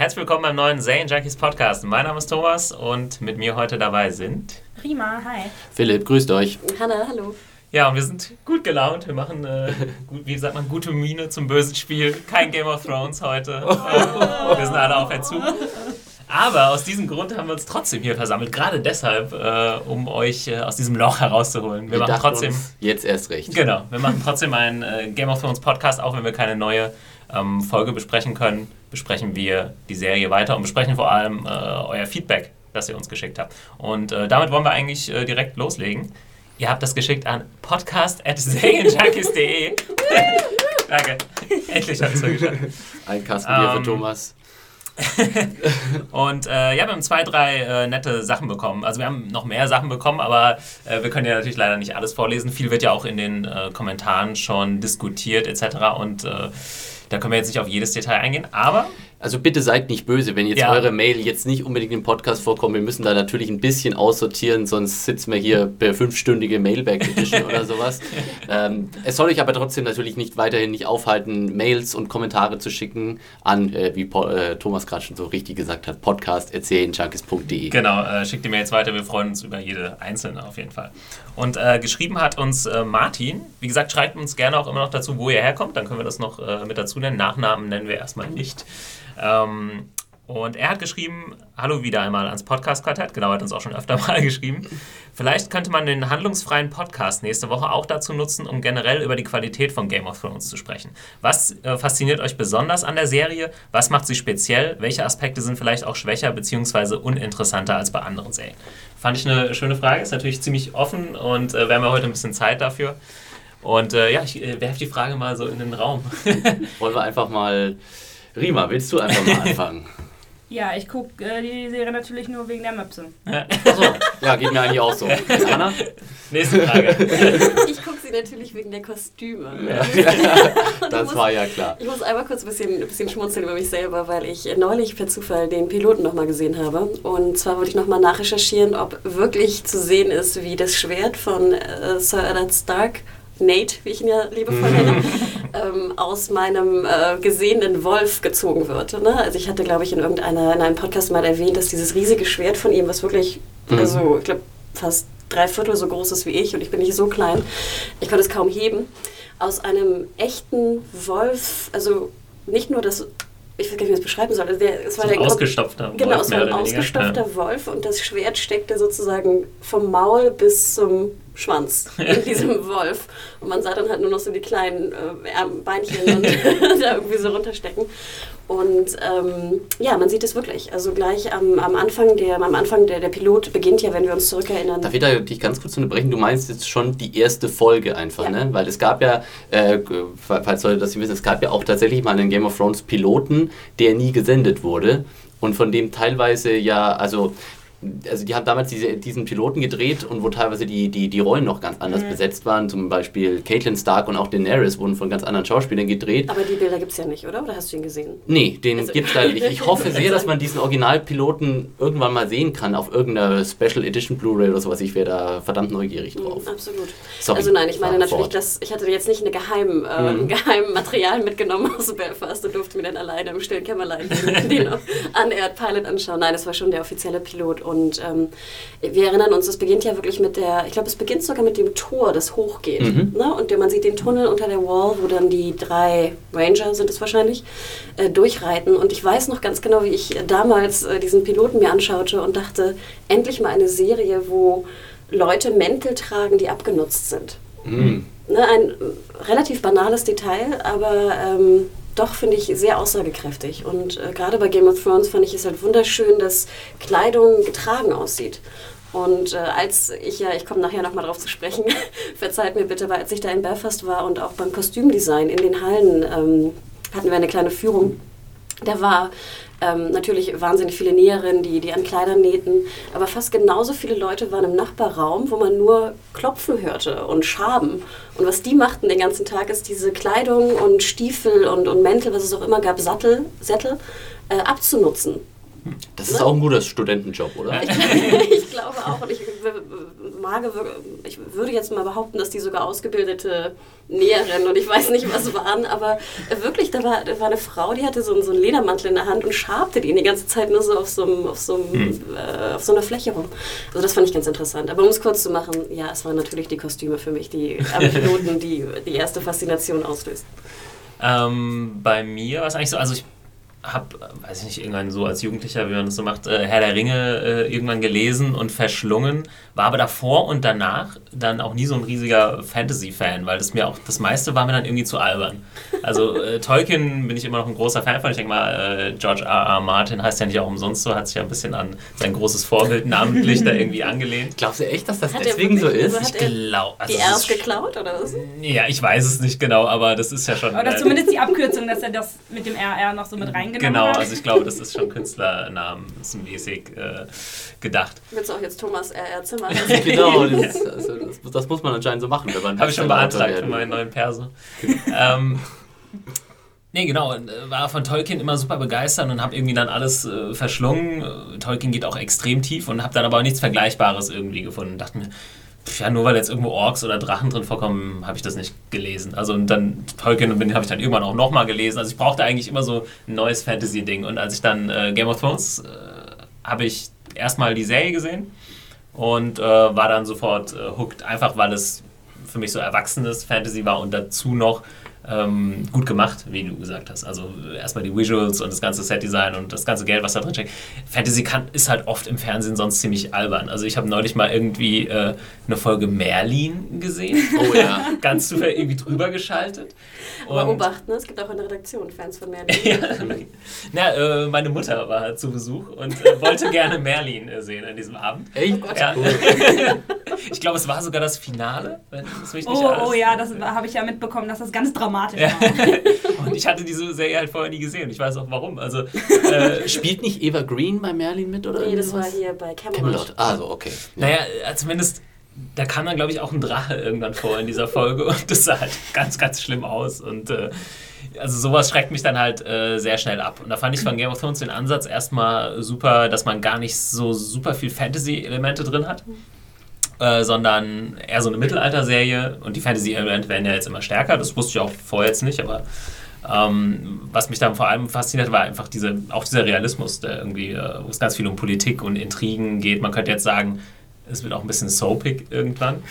Herzlich willkommen beim neuen Serienjunkies Podcast. Mein Name ist Thomas und mit mir heute dabei sind Rima, hi. Philipp, grüßt euch. Hanna, hallo. Ja, und wir sind gut gelaunt. Wir machen, gute Miene zum bösen Spiel. Kein Game of Thrones heute. Wir sind alle auf Entzug. Aber aus diesem Grund haben wir uns trotzdem hier versammelt. Gerade deshalb, um euch aus diesem Loch herauszuholen. Wir machen trotzdem jetzt erst recht. Genau, wir machen trotzdem einen Game of Thrones Podcast, auch wenn wir keine neue Folge besprechen können. Besprechen wir die Serie weiter und besprechen vor allem euer Feedback, das ihr uns geschickt habt. Und damit wollen wir eigentlich direkt loslegen. Ihr habt das geschickt an podcast@serienjunkies.de. Danke. Endlich hat es geschafft. Ein Kasten Bier für Thomas. Und wir haben 2, 3 nette Sachen bekommen. Also wir haben noch mehr Sachen bekommen, aber wir können ja natürlich leider nicht alles vorlesen. Viel wird ja auch in den Kommentaren schon diskutiert etc. Und da können wir jetzt nicht auf jedes Detail eingehen, aber... Also bitte seid nicht böse, wenn jetzt eure Mail jetzt nicht unbedingt im Podcast vorkommt. Wir müssen da natürlich ein bisschen aussortieren, sonst sitzen wir hier per 5-stündige Mailback-Edition oder sowas. Es soll euch aber trotzdem natürlich weiterhin nicht aufhalten, Mails und Kommentare zu schicken an, wie Thomas gerade schon so richtig gesagt hat, podcast@serienjunkies.de. Genau, schickt die Mails weiter, wir freuen uns über jede einzelne auf jeden Fall. Und geschrieben hat uns Martin. Wie gesagt, schreibt uns gerne auch immer noch dazu, wo ihr herkommt, dann können wir das noch mit dazu nennen. Nachnamen nennen wir erstmal nicht. Und er hat geschrieben, hallo wieder einmal ans Podcast-Quartett, genau, hat uns auch schon öfter mal geschrieben. Vielleicht könnte man den handlungsfreien Podcast nächste Woche auch dazu nutzen, um generell über die Qualität von Game of Thrones zu sprechen. Was fasziniert euch besonders an der Serie? Was macht sie speziell? Welche Aspekte sind vielleicht auch schwächer bzw. uninteressanter als bei anderen Serien? Fand ich eine schöne Frage, ist natürlich ziemlich offen und wir haben ja heute ein bisschen Zeit dafür. Und ich werfe die Frage mal so in den Raum. Wollen wir einfach mal... Rima, willst du einfach mal anfangen? Ja, ich gucke die Serie natürlich nur wegen der Möpse. Achso, ja, geht mir eigentlich auch so. Anna? Nächste Frage. Ich gucke sie natürlich wegen der Kostüme. Ja. Das war ja klar. Ich muss einmal kurz ein bisschen schmunzeln über mich selber, weil ich neulich per Zufall den Piloten nochmal gesehen habe. Und zwar wollte ich nochmal nachrecherchieren, ob wirklich zu sehen ist, wie das Schwert von Sir Eddard Stark, Nate, wie ich ihn ja liebevoll nenne, aus meinem gesehenen Wolf gezogen wird. Ne? Also ich hatte, glaube ich, in einem Podcast mal erwähnt, dass dieses riesige Schwert von ihm, was wirklich, also ich glaube, fast 3/4 so groß ist wie ich und ich bin nicht so klein, ich konnte es kaum heben, aus einem echten Wolf, also nicht nur das... Ich weiß gar nicht, wie ich das beschreiben soll. Es war ein ausgestopfter Wolf. Genau, es war ein ausgestopfter Wolf und das Schwert steckte sozusagen vom Maul bis zum Schwanz in diesem Wolf. Und man sah dann halt nur noch so die kleinen Beinchen und da irgendwie so runterstecken. Und man sieht es wirklich. Also gleich am Anfang, der Pilot beginnt ja, wenn wir uns zurückerinnern. Darf ich da dich ganz kurz unterbrechen? Du meinst jetzt schon die erste Folge einfach, ne? Weil es gab ja, falls Leute das nicht wissen, es gab ja auch tatsächlich mal einen Game of Thrones Piloten, der nie gesendet wurde und von dem teilweise also die haben damals diesen Piloten gedreht und wo teilweise die Rollen noch ganz anders besetzt waren. Zum Beispiel Catelyn Stark und auch Daenerys wurden von ganz anderen Schauspielern gedreht. Aber die Bilder gibt es ja nicht, oder? Oder hast du ihn gesehen? Nee, den gibt es leider nicht. Ich hoffe sehr, dass man diesen Originalpiloten irgendwann mal sehen kann auf irgendeiner Special Edition Blu-ray oder sowas. Ich wäre da verdammt neugierig drauf. Absolut. Sorry, also nein, ich meine natürlich, ich hatte jetzt nicht ein geheimen Material mitgenommen aus Belfast und durfte mir dann alleine im stillen Kämmerlein den Unaired Pilot anschauen. Nein, das war schon der offizielle Pilot. Und wir erinnern uns, es beginnt ja wirklich es beginnt sogar mit dem Tor, das hochgeht. Ne? Und man sieht den Tunnel unter der Wall, wo dann die 3 Ranger, sind es wahrscheinlich, durchreiten. Und ich weiß noch ganz genau, wie ich damals diesen Piloten mir anschaute und dachte, endlich mal eine Serie, wo Leute Mäntel tragen, die abgenutzt sind. Ne? Ein relativ banales Detail, aber... doch, finde ich, sehr aussagekräftig. Und gerade bei Game of Thrones fand ich es halt wunderschön, dass Kleidung getragen aussieht. Und ich komme nachher nochmal drauf zu sprechen, verzeiht mir bitte, weil als ich da in Belfast war und auch beim Kostümdesign in den Hallen hatten wir eine kleine Führung. Da war natürlich wahnsinnig viele Näherinnen, die an Kleidern nähten, aber fast genauso viele Leute waren im Nachbarraum, wo man nur Klopfen hörte und Schaben. Und was die machten den ganzen Tag, ist diese Kleidung und Stiefel und Mäntel, was es auch immer gab, Sättel, abzunutzen. Das ist auch ein guter Studentenjob, oder? Ich glaube auch. Und ich ich würde jetzt mal behaupten, dass die sogar ausgebildete Näherin und ich weiß nicht, was waren, aber wirklich, da war eine Frau, die hatte so einen Ledermantel in der Hand und schabte den die ganze Zeit nur so auf so einer Fläche rum. Also das fand ich ganz interessant. Aber um es kurz zu machen, ja, es waren natürlich die Kostüme für mich, die am Piloten die erste Faszination auslöst. Bei mir war es eigentlich so, also ich habe, weiß ich nicht, irgendwann so als Jugendlicher, wie man das so macht, Herr der Ringe irgendwann gelesen und verschlungen, war aber davor und danach dann auch nie so ein riesiger Fantasy-Fan, weil das meiste war mir dann irgendwie zu albern. Also Tolkien bin ich immer noch ein großer Fan von, ich denke mal, George R.R. Martin heißt ja nicht auch umsonst so, hat sich ja ein bisschen an sein großes Vorbild namentlich da irgendwie angelehnt. Glaubst du echt, dass das deswegen so ist? Ich glaube, die R's geklaut oder was? Ja, ich weiß es nicht genau, aber das ist ja schon... Oder zumindest die Abkürzung, dass er das mit dem RR noch so mit reingenommen genau, hat. also ich glaube, das ist schon künstlernamenmäßig gedacht. Willst du auch jetzt Thomas R.R. Zimmer? Genau, das muss man anscheinend so machen. Habe ich schon beantragt für meinen neuen Perso. Nee, genau, war von Tolkien immer super begeistert und habe irgendwie dann alles verschlungen. Tolkien geht auch extrem tief und habe dann aber auch nichts Vergleichbares irgendwie gefunden. Dachte mir, ja, nur weil jetzt irgendwo Orks oder Drachen drin vorkommen, habe ich das nicht gelesen. Also und dann Tolkien habe ich dann irgendwann auch nochmal gelesen. Also ich brauchte eigentlich immer so ein neues Fantasy-Ding. Und als ich dann Game of Thrones, habe ich erstmal die Serie gesehen und war dann sofort hooked, einfach weil es für mich so erwachsenes Fantasy war und dazu noch gut gemacht, wie du gesagt hast. Also erstmal die Visuals und das ganze Setdesign und das ganze Geld, was da drin steckt. Fantasy ist halt oft im Fernsehen sonst ziemlich albern. Also ich habe neulich mal irgendwie eine Folge Merlin gesehen. Oh ja. Ganz zufällig irgendwie drüber geschaltet. Aber Obacht, ne? Es gibt auch in der Redaktion Fans von Merlin. Ja, meine Mutter war zu Besuch und wollte gerne Merlin sehen an diesem Abend. Echt? Ja. Cool. Ich glaube, es war sogar das Finale. Wenn das mich nicht Oh ja, das habe ich ja mitbekommen, dass das ganz dramatisch war. Und ich hatte diese Serie halt vorher nie gesehen. Ich weiß auch warum. Also, spielt nicht Eva Green bei Merlin mit? Oder nee, das war hier bei Camelot. Also, okay. Ja. Naja, zumindest, da kam dann, glaube ich, auch ein Drache irgendwann vor in dieser Folge. Und das sah halt ganz, ganz schlimm aus. Und also sowas schreckt mich dann halt sehr schnell ab. Und da fand ich von Game of Thrones den Ansatz erstmal super, dass man gar nicht so super viel Fantasy-Elemente drin hat. Sondern eher so eine Mittelalter-Serie und die Fantasy-Elemente werden ja jetzt immer stärker, das wusste ich auch vorher jetzt nicht, aber was mich dann vor allem fasziniert, war einfach dieser Realismus, der irgendwie, wo es ganz viel um Politik und Intrigen geht. Man könnte jetzt sagen, es wird auch ein bisschen soapig irgendwann,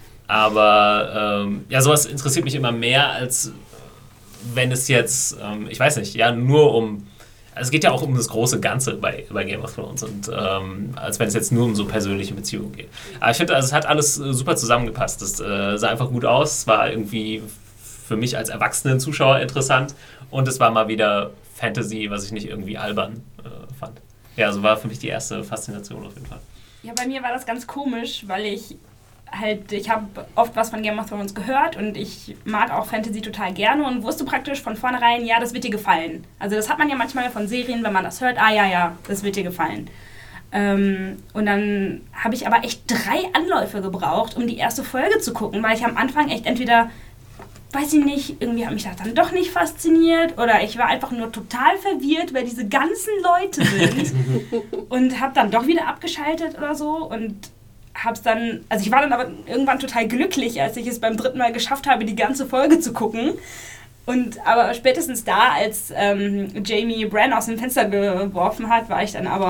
aber ja, sowas interessiert mich immer mehr, als wenn es jetzt, ich weiß nicht, ja, nur um... Also es geht ja auch um das große Ganze bei Game of Thrones und als wenn es jetzt nur um so persönliche Beziehungen geht. Aber ich finde, also es hat alles super zusammengepasst. Das sah einfach gut aus, es war irgendwie für mich als erwachsenen Zuschauer interessant und es war mal wieder Fantasy, was ich nicht irgendwie albern fand. Ja, also war für mich die erste Faszination auf jeden Fall. Ja, bei mir war das ganz komisch, weil ich habe oft was von Game of Thrones gehört und ich mag auch Fantasy total gerne und wusste praktisch von vornherein, ja, das wird dir gefallen. Also das hat man ja manchmal von Serien, wenn man das hört, ja, das wird dir gefallen. Und dann habe ich aber echt 3 Anläufe gebraucht, um die erste Folge zu gucken, weil ich am Anfang echt entweder, weiß ich nicht, irgendwie hat mich das dann doch nicht fasziniert oder ich war einfach nur total verwirrt, wer diese ganzen Leute sind und habe dann doch wieder abgeschaltet oder so und hab's dann, also ich war dann aber irgendwann total glücklich, als ich es beim 3. Mal geschafft habe, die ganze Folge zu gucken. Aber spätestens da, als Jamie Bran aus dem Fenster geworfen hat, war ich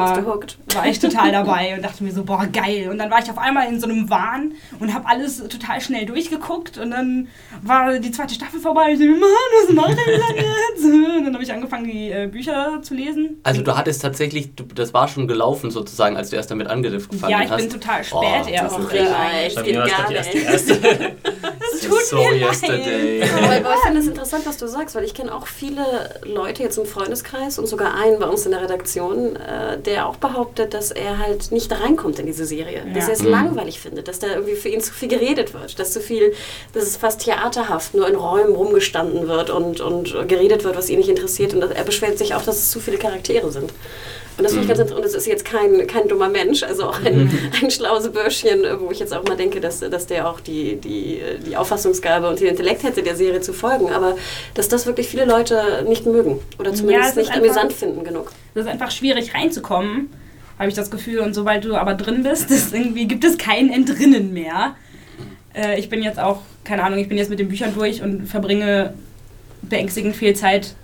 total dabei und dachte mir so, boah, geil. Und dann war ich auf einmal in so einem Wahn und habe alles total schnell durchgeguckt und dann war die 2. Staffel vorbei. Ich so, Mann, was macht der denn jetzt? Und dann habe ich angefangen, die Bücher zu lesen. Also du hattest tatsächlich, das war schon gelaufen sozusagen, als du erst damit angefangen hast? Ja, ich bin total spät erst. Das geht gar nicht. Das tut mir leid. Aber ich finde es interessant, was du sagst, weil ich kenne auch viele Leute jetzt im Freundeskreis und sogar einen bei uns in der Redaktion, der auch behauptet, dass er halt nicht da reinkommt in diese Serie. Ja. Dass er es langweilig findet, dass da irgendwie für ihn zu viel geredet wird, dass es fast theaterhaft nur in Räumen rumgestanden wird und geredet wird, was ihn nicht interessiert und er beschwert sich auch, dass es zu viele Charaktere sind. Und das finde ich ganz interessant. Und das ist jetzt kein dummer Mensch, also auch ein schlaues Bürschchen, wo ich jetzt auch mal denke, dass der auch die Auffassungsgabe und den Intellekt hätte, der Serie zu folgen. Aber dass das wirklich viele Leute nicht mögen oder zumindest nicht amüsant finden genug. Das ist einfach schwierig reinzukommen, habe ich das Gefühl. Und sobald du aber drin bist, gibt es kein Entrinnen mehr. Ich bin jetzt auch, keine Ahnung, ich bin jetzt mit den Büchern durch und verbringe beängstigend viel Zeit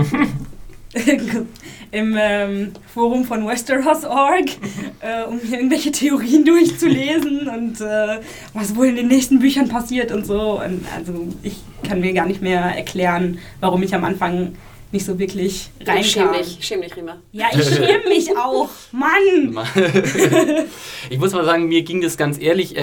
im Forum von Westeros.org, um mir irgendwelche Theorien durchzulesen und was wohl in den nächsten Büchern passiert und so. Und also ich kann mir gar nicht mehr erklären, warum ich am Anfang nicht so wirklich reinkam. Schäm dich, Rima. Ja, ich schäme mich auch. Mann! Ich muss mal sagen, mir ging das ganz ähnlich.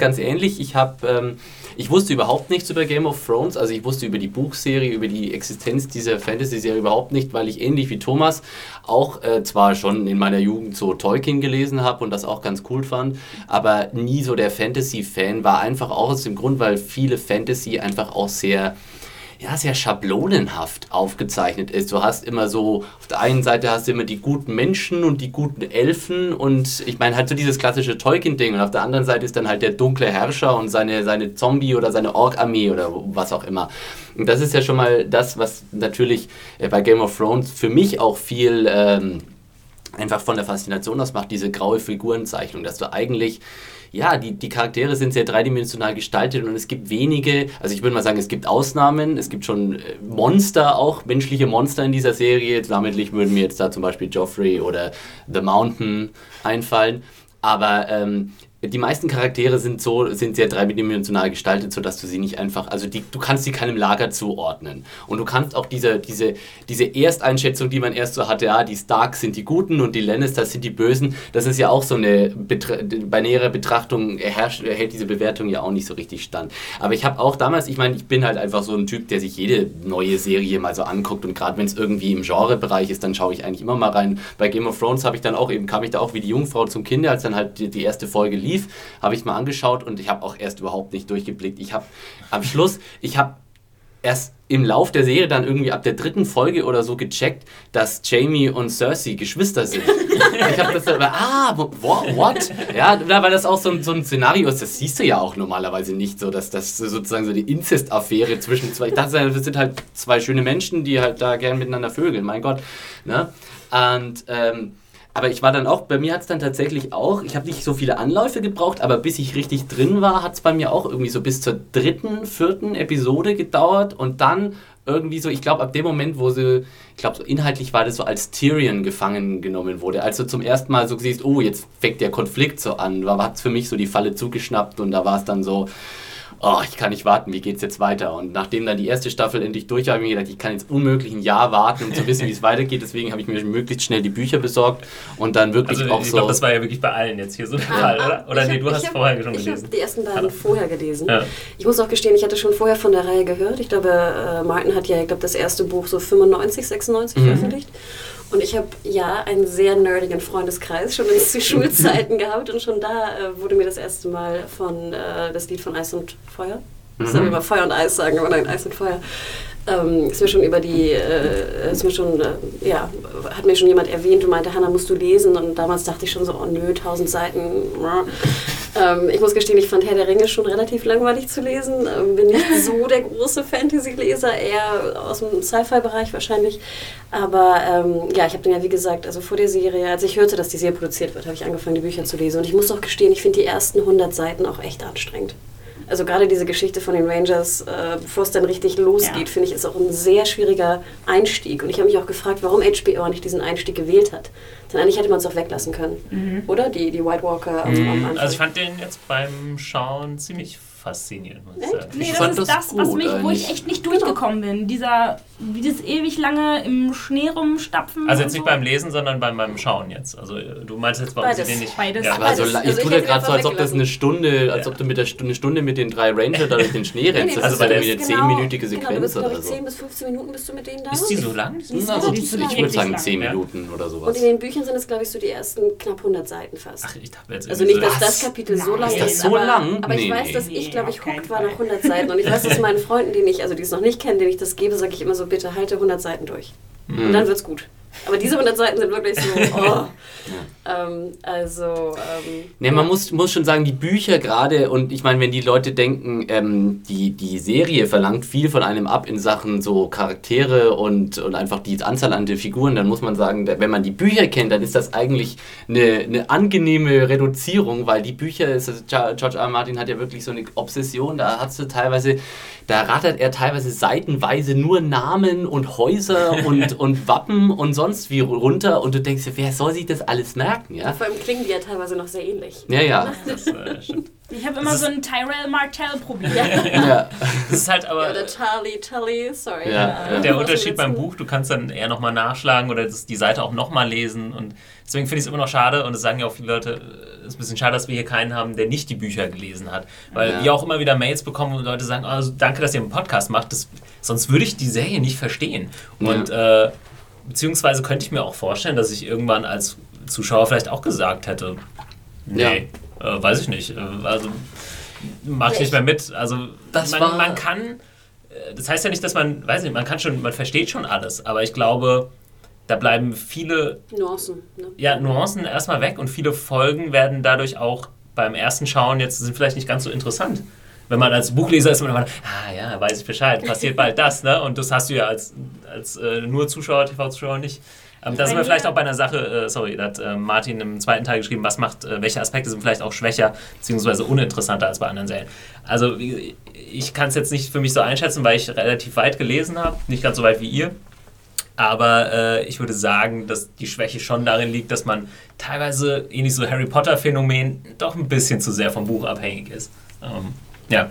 Ich wusste überhaupt nichts über Game of Thrones, also ich wusste über die Buchserie, über die Existenz dieser Fantasy-Serie überhaupt nicht, weil ich ähnlich wie Thomas auch zwar schon in meiner Jugend so Tolkien gelesen habe und das auch ganz cool fand, aber nie so der Fantasy-Fan war, einfach auch aus dem Grund, weil viele Fantasy einfach auch sehr schablonenhaft aufgezeichnet ist. Du hast immer so, auf der einen Seite hast du immer die guten Menschen und die guten Elfen und ich meine halt so dieses klassische Tolkien-Ding und auf der anderen Seite ist dann halt der dunkle Herrscher und seine Zombie- oder seine Ork-Armee oder was auch immer. Und das ist ja schon mal das, was natürlich bei Game of Thrones für mich auch viel einfach von der Faszination ausmacht, diese graue Figurenzeichnung, dass du eigentlich die Charaktere sind sehr dreidimensional gestaltet und es gibt wenige, also ich würde mal sagen, es gibt Ausnahmen, es gibt schon Monster auch, menschliche Monster in dieser Serie, namentlich würden mir jetzt da zum Beispiel Joffrey oder The Mountain einfallen, aber die meisten Charaktere sind sehr dreidimensional gestaltet, sodass du sie nicht einfach, also du kannst sie keinem Lager zuordnen. Und du kannst auch diese Ersteinschätzung, die man erst so hatte, die Starks sind die Guten und die Lannisters sind die Bösen, das ist ja auch so eine, bei näherer Betrachtung hält diese Bewertung ja auch nicht so richtig stand. Aber ich habe auch damals, ich meine, ich bin halt einfach so ein Typ, der sich jede neue Serie mal so anguckt und gerade wenn es irgendwie im Genrebereich ist, dann schaue ich eigentlich immer mal rein. Bei Game of Thrones kam ich da auch wie die Jungfrau zum Kinde, als dann halt die erste Folge lief, habe ich mal angeschaut und ich habe auch erst überhaupt nicht durchgeblickt. Ich habe erst im Lauf der Serie dann irgendwie ab der 3. Folge oder so gecheckt, dass Jaime und Cersei Geschwister sind. Ich habe das aber, what? Ja, weil das auch so ein Szenario ist, das siehst du ja auch normalerweise nicht so, dass das sozusagen so die Inzest-Affäre zwischen zwei, ich dachte, das sind halt zwei schöne Menschen, die halt da gern miteinander vögeln, mein Gott. Ne? Und, aber ich war dann auch, bei mir hat es dann tatsächlich auch, ich habe nicht so viele Anläufe gebraucht, aber bis ich richtig drin war, hat es bei mir auch irgendwie so bis zur 3., 4. Episode gedauert und dann irgendwie so, ich glaube ab dem Moment, wo so inhaltlich war das so, als Tyrion gefangen genommen wurde, als du zum ersten Mal so siehst, oh, jetzt fängt der Konflikt so an, hat es für mich so die Falle zugeschnappt und da war es dann so, oh, ich kann nicht warten, wie geht's jetzt weiter? Und nachdem dann die erste Staffel endlich durch war, habe ich mir gedacht, ich kann jetzt unmöglich ein Jahr warten, um zu wissen, wie es weitergeht. Deswegen habe ich mir möglichst schnell die Bücher besorgt und dann wirklich auch so... Ich glaube, das war ja wirklich bei allen jetzt hier so der Fall, oder? Oder du hast vorher schon gelesen. Ich habe die ersten beiden vorher gelesen. Ja. Ich muss auch gestehen, ich hatte schon vorher von der Reihe gehört. Ich glaube, Martin hat ja, das erste Buch so 95, 96 veröffentlicht. Und ich habe einen sehr nerdigen Freundeskreis schon in Schulzeiten gehabt und schon da wurde mir das erste Mal das Lied von Eis und Feuer, ich soll immer Feuer und Eis sagen, aber nein, Eis und Feuer, ist mir schon hat mir schon jemand erwähnt und meinte, Hannah, musst du lesen, und damals dachte ich schon so, oh nö, 1000 Seiten. Ich muss gestehen, ich fand Herr der Ringe schon relativ langweilig zu lesen, bin nicht so der große Fantasy-Leser, eher aus dem Sci-Fi-Bereich wahrscheinlich, aber ich habe dann ja, wie gesagt, also vor der Serie, als ich hörte, dass die Serie produziert wird, habe ich angefangen, die Bücher zu lesen, und ich muss auch gestehen, ich finde die ersten 100 Seiten auch echt anstrengend. Also gerade diese Geschichte von den Rangers, bevor es dann richtig losgeht, finde ich, ist auch ein sehr schwieriger Einstieg. Und ich habe mich auch gefragt, warum HBO nicht diesen Einstieg gewählt hat. Denn eigentlich hätte man es auch weglassen können. Oder? Die White Walker am Anfang. Also ich fand den jetzt beim Schauen ziemlich faszinierend, muss ich sagen. Nee, das ist das, wo ich echt nicht durchgekommen bin. Dieses ewig lange im Schnee rumstapfen. Also jetzt nicht beim Lesen, sondern beim Schauen jetzt. Also du meinst jetzt, warum sie den nicht... Beides. Ja. Aber ich tue dir gerade so, als ob das eine Stunde, als ob du eine Stunde mit den 3 Ranger da durch den Schnee rennst. Das ist ja eine 10-minütige Sequenz du bist, oder ich, so. 10 bis 15 Minuten bist du mit denen da. Ist die so lang? Ich würde sagen 10 Minuten oder sowas. Und in den Büchern sind es, glaube ich, so die ersten knapp 100 Seiten fast. Ach, ich dachte jetzt also nicht, dass das Kapitel so lang ist. Ist das so lang? Aber ich weiß, dass ich, glaube ich, hooked war nach 100 Seiten. Und ich weiß, dass meinen Freunden, die es noch nicht kennen, denen ich das gebe, sage ich immer so, bitte halte 100 Seiten durch. Und dann wird's gut. Aber diese 100 Seiten sind wirklich so, oh. Man muss schon sagen, die Bücher gerade, und ich meine, wenn die Leute denken, die Serie verlangt viel von einem ab in Sachen so Charaktere und einfach die Anzahl an den Figuren, dann muss man sagen, wenn man die Bücher kennt, dann ist das eigentlich eine angenehme Reduzierung, weil die Bücher, George R. R. Martin hat ja wirklich so eine Obsession, da rattert er teilweise seitenweise nur Namen und Häuser und Wappen und sonst wie runter und du denkst dir, wer soll sich das alles merken? Ja? Vor allem klingen die ja teilweise noch sehr ähnlich. Ja. Das stimmt. Ich habe immer so ein Tyrell Martell probiert. Ja. Das ist halt aber... Oder Tully, sorry. Ja. Der Unterschied beim Buch, du kannst dann eher nochmal nachschlagen oder die Seite auch nochmal lesen und deswegen finde ich es immer noch schade und es sagen ja auch viele Leute, es ist ein bisschen schade, dass wir hier keinen haben, der nicht die Bücher gelesen hat, weil wir auch immer wieder Mails bekommen und Leute sagen, also danke, dass ihr einen Podcast macht, sonst würde ich die Serie nicht verstehen und beziehungsweise könnte ich mir auch vorstellen, dass ich irgendwann als Zuschauer vielleicht auch gesagt hätte, nee, weiß ich nicht, also mach ich nicht mehr mit, also man kann, das heißt ja nicht, dass man versteht schon alles, aber ich glaube, da bleiben viele Nuancen. Ne? Ja, Nuancen erstmal weg und viele Folgen werden dadurch auch beim ersten Schauen jetzt sind vielleicht nicht ganz so interessant. Wenn man als Buchleser ist, man weiß ich Bescheid, passiert bald das, ne? Und das hast du ja als nur Zuschauer, TV-Zuschauer nicht. Da sind wir vielleicht auch bei einer Sache, da hat Martin im zweiten Teil geschrieben, welche Aspekte sind vielleicht auch schwächer bzw. uninteressanter als bei anderen Serien. Also ich kann es jetzt nicht für mich so einschätzen, weil ich relativ weit gelesen habe, nicht ganz so weit wie ihr. Aber ich würde sagen, dass die Schwäche schon darin liegt, dass man teilweise, ähnlich so Harry Potter-Phänomen, doch ein bisschen zu sehr vom Buch abhängig ist. Ja,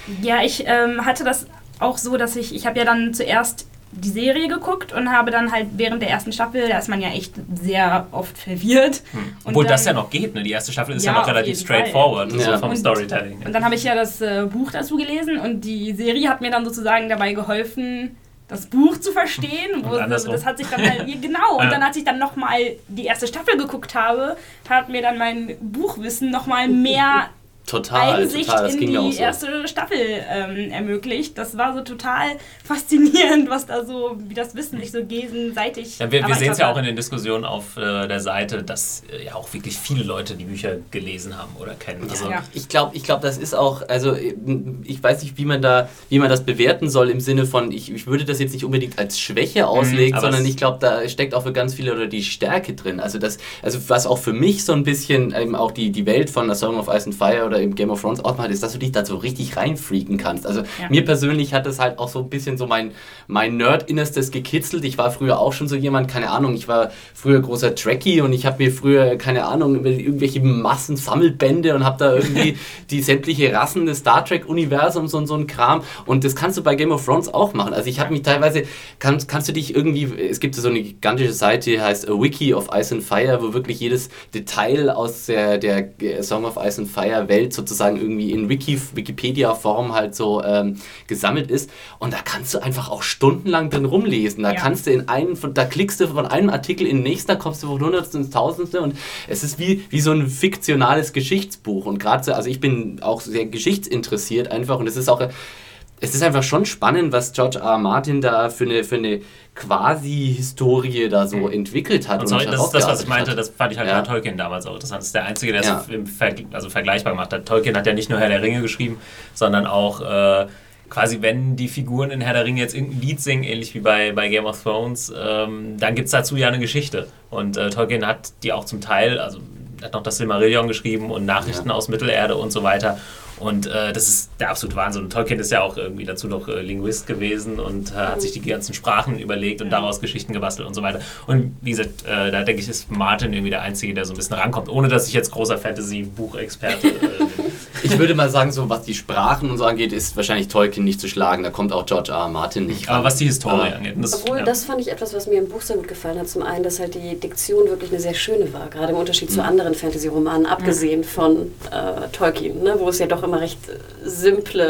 ich hatte das auch so, dass ich habe ja dann zuerst die Serie geguckt und habe dann halt während der ersten Staffel, da ist man ja echt sehr oft verwirrt. Obwohl das ja noch geht, ne? Die erste Staffel ist ja noch relativ straightforward so vom Storytelling. Und dann habe ich ja das Buch dazu gelesen und die Serie hat mir dann sozusagen dabei geholfen, das Buch zu verstehen. Das hat sich dann halt, genau, und dann als ich dann nochmal die erste Staffel geguckt habe, hat mir dann mein Buchwissen nochmal mehr Einsicht in die erste Staffel ermöglicht. Das war so total faszinierend, was da so, wie das Wissen sich so gegenseitig. Ja, wir sehen es ja auch in den Diskussionen auf der Seite, dass ja auch wirklich viele Leute die Bücher gelesen haben oder kennen. Also Ich glaube, das ist auch, also ich weiß nicht, wie man das bewerten soll im Sinne von, ich würde das jetzt nicht unbedingt als Schwäche auslegen, sondern ich glaube, da steckt auch für ganz viele Leute die Stärke drin. Also was auch für mich so ein bisschen eben auch die Welt von A Song of Ice and Fire oder im Game of Thrones ausmacht, ist, dass du dich da so richtig reinfreaken kannst. Also mir persönlich hat das halt auch so ein bisschen so mein Nerd-Innerstes gekitzelt. Ich war früher auch schon so jemand, keine Ahnung, ich war früher großer Trekkie und ich habe mir früher, keine Ahnung, irgendwelche Massensammelbände und habe da irgendwie die sämtliche Rassen des Star Trek-Universums und so ein Kram und das kannst du bei Game of Thrones auch machen. Also ich habe mich teilweise, kannst du dich irgendwie, es gibt so eine gigantische Seite, die heißt A Wiki of Ice and Fire, wo wirklich jedes Detail aus der Song of Ice and Fire Welt sozusagen irgendwie in Wikipedia-Form halt so gesammelt ist und da kannst du einfach auch stundenlang drin rumlesen. Da kannst du da klickst du von einem Artikel in den nächsten, da kommst du von Hundertste ins Tausendste und es ist wie so ein fiktionales Geschichtsbuch und gerade so, also ich bin auch sehr geschichtsinteressiert einfach und es ist einfach schon spannend, was George R. R. Martin da für eine Quasi-Historie da so entwickelt hat. Und sorry, das ist das, was ich meinte, das fand ich halt bei Tolkien damals auch interessant. Das ist der Einzige, der es vergleichbar gemacht hat. Tolkien hat ja nicht nur Herr der Ringe geschrieben, sondern auch quasi, wenn die Figuren in Herr der Ringe jetzt irgendein Lied singen, ähnlich wie bei Game of Thrones, dann gibt es dazu ja eine Geschichte. Und Tolkien hat die auch zum Teil, also hat noch das Silmarillion geschrieben und Nachrichten aus Mittelerde und so weiter. Und das ist der absolute Wahnsinn. Und Tolkien ist ja auch irgendwie dazu noch Linguist gewesen und hat sich die ganzen Sprachen überlegt und daraus Geschichten gebastelt und so weiter. Und wie gesagt, da denke ich, ist Martin irgendwie der Einzige, der so ein bisschen rankommt, ohne dass ich jetzt großer Fantasy-Buchexperte bin. Ich würde mal sagen, so was die Sprachen und so angeht, ist wahrscheinlich Tolkien nicht zu schlagen. Da kommt auch George R. R. Martin nicht ran. Aber was die Historie angeht. Das fand ich etwas, was mir im Buch sehr gut gefallen hat. Zum einen, dass halt die Diktion wirklich eine sehr schöne war, gerade im Unterschied zu anderen Fantasy-Romanen, abgesehen von Tolkien, ne, wo es ja doch immer recht simple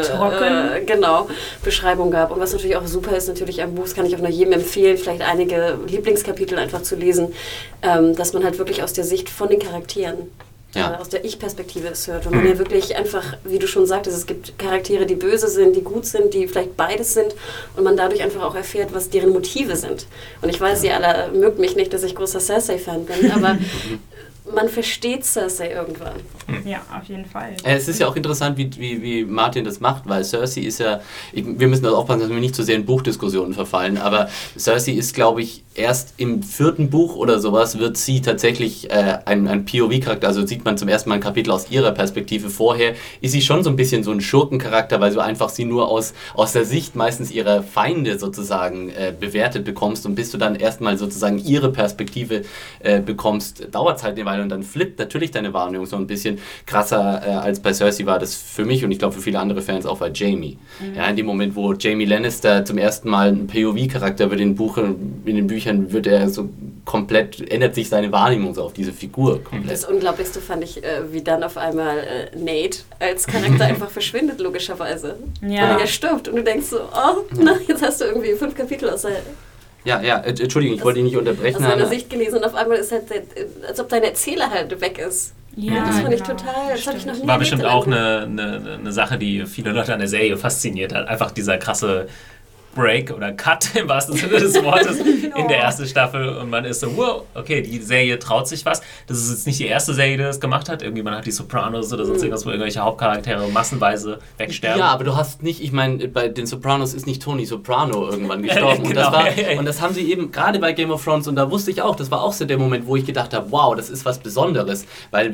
Beschreibungen gab. Und was natürlich auch super ist, natürlich am Buch, das kann ich auch nur jedem empfehlen, vielleicht einige Lieblingskapitel einfach zu lesen, dass man halt wirklich aus der Sicht von den Charakteren aus der Ich-Perspektive es hört. Und man ja wirklich einfach, wie du schon sagtest, es gibt Charaktere, die böse sind, die gut sind, die vielleicht beides sind und man dadurch einfach auch erfährt, was deren Motive sind. Und ich weiß, ihr alle mögt mich nicht, dass ich großer Cersei-Fan bin, aber man versteht Cersei irgendwann. Ja, auf jeden Fall. Es ist ja auch interessant, wie Martin das macht, weil Cersei ist ja, wir müssen also aufpassen, dass wir nicht zu sehr in Buchdiskussionen verfallen, aber Cersei ist, glaube ich, erst im 4. Buch oder sowas wird sie tatsächlich ein POV-Charakter, also sieht man zum ersten Mal ein Kapitel aus ihrer Perspektive. Vorher ist sie schon so ein bisschen so ein Schurkencharakter, weil du einfach sie nur aus der Sicht meistens ihrer Feinde sozusagen bewertet bekommst, und bis du dann erstmal sozusagen ihre Perspektive bekommst, dauert es halt eine Weile und dann flippt natürlich deine Wahrnehmung so ein bisschen krasser als bei Cersei war das für mich und ich glaube für viele andere Fans auch bei Jaime. Ja, in dem Moment, wo Jaime Lannister zum ersten Mal ein POV-Charakter wird in den Büchern, wird er so komplett, ändert sich seine Wahrnehmung so auf diese Figur komplett. Das Unglaublichste fand ich, wie dann auf einmal Nate als Charakter einfach verschwindet, logischerweise. Ja. Und er stirbt und du denkst so, jetzt hast du irgendwie 5 Kapitel aus der... Ja, Entschuldigung, ich wollte dich nicht unterbrechen. Aus seiner Sicht gelesen und auf einmal ist halt, als ob dein Erzähler halt weg ist. Ja, das fand ich total, das habe ich noch nie War erlebt bestimmt in auch einem eine Sache, die viele Leute an der Serie fasziniert hat. Einfach dieser krasse Break oder Cut im wahrsten Sinne des Wortes in der ersten Staffel und man ist so, wow, okay, die Serie traut sich was. Das ist jetzt nicht die erste Serie, die das gemacht hat. Irgendwie man hat die Sopranos oder sonst irgendwas, wo irgendwelche Hauptcharaktere massenweise wegsterben. Ja, aber du hast nicht, ich meine, bei den Sopranos ist nicht Tony Soprano irgendwann gestorben. Genau. Und das haben sie eben gerade bei Game of Thrones, und da wusste ich auch, das war auch so der Moment, wo ich gedacht habe, wow, das ist was Besonderes. Weil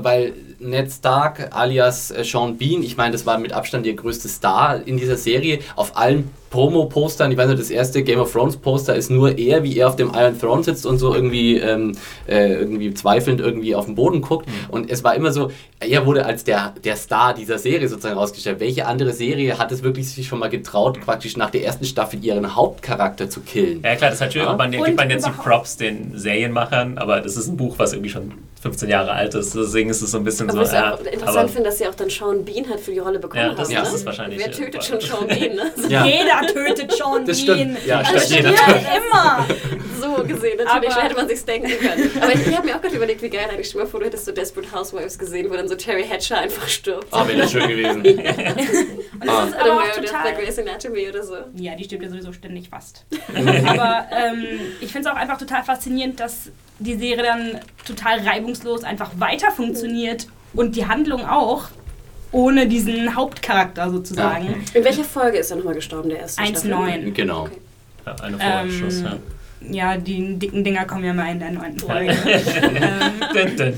Ned Stark alias Sean Bean, ich meine, das war mit Abstand der größte Star in dieser Serie, auf allen Promo-Postern, ich weiß nicht, das erste Game of Thrones Poster ist nur er, wie er auf dem Iron Throne sitzt und so irgendwie zweifelnd irgendwie auf den Boden guckt. Und es war immer so, er wurde als der Star dieser Serie sozusagen rausgestellt. Welche andere Serie hat es wirklich sich schon mal getraut, praktisch nach der ersten Staffel ihren Hauptcharakter zu killen? Ja klar, das hat natürlich, gibt man jetzt die Props den Serienmachern, aber das ist ein Buch, was irgendwie schon 15 Jahre alt ist, deswegen ist es so ein bisschen aber so... was ich auch interessant finde, dass sie auch dann Sean Bean halt für die Rolle bekommen haben. Das ist wahrscheinlich... Wer tötet schon Sean Bean, ne? Ja. Jeder tötet Sean Das Bean. stimmt. Ja, Das stimmt. stimmt immer. So gesehen, natürlich, Aber- hätte man sich's denken können. Aber ich habe mir auch gerade überlegt, wie geil eigentlich, stell dir mal vor, du hättest so Desperate Housewives gesehen, wo dann so Terry Hatcher einfach stirbt. Wäre das schön gewesen. Und das ist aber Oder auch Meredith bei total... Grey's Anatomy oder so. Ja, die stirbt ja sowieso ständig fast. Aber ich finde es auch einfach total faszinierend, dass die Serie dann total reibungslos einfach weiter funktioniert und die Handlung auch, ohne diesen Hauptcharakter sozusagen. In welcher Folge ist er nochmal gestorben, der erste 1,9. Genau. Okay. Ja, eine Vorschuss, ja. Ja, die dicken Dinger kommen ja mal in der 9. Folge. Dun, dun,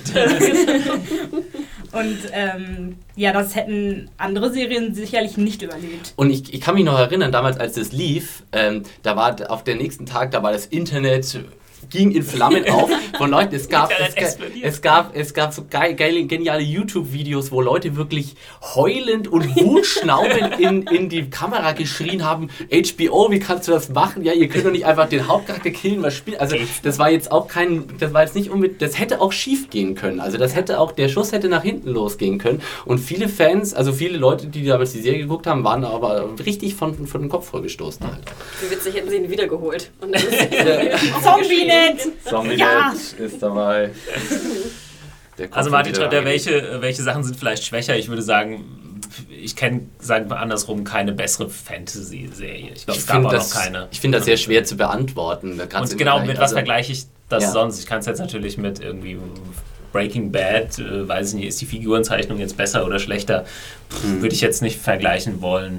dun. Und ja, das hätten andere Serien sicherlich nicht überlebt. Und ich kann mich noch erinnern, damals als das lief, da war auf der nächsten Tag, da war das Internet, ging in Flammen auf von Leuten. Es gab so geniale YouTube-Videos, wo Leute wirklich heulend und wutschnaubend in die Kamera geschrien haben, HBO, wie kannst du das machen? Ja, ihr könnt doch nicht einfach den Hauptcharakter killen, was spielt. Also das war jetzt nicht unbedingt, das hätte auch schief gehen können. Also der Schuss hätte nach hinten losgehen können. Und viele Fans, also viele Leute, die damals die Serie geguckt haben, waren aber richtig von den Kopf vollgestoßen halt. Wie witzig, hätten sie ihn wiedergeholt. Und dann ist Zombie-Net! Zombie Ja. ist dabei. Also Martin schreibt ja, welche Sachen sind vielleicht schwächer. Ich würde sagen, sagen wir andersrum, keine bessere Fantasy-Serie. Ich glaube, es gab auch noch keine. Ich finde das sehr schwer zu beantworten. Und genau, mit was vergleiche ich das sonst? Ich kann es jetzt natürlich mit irgendwie Breaking Bad, weiß ich nicht, ist die Figurenzeichnung jetzt besser oder schlechter? Würde ich jetzt nicht vergleichen wollen.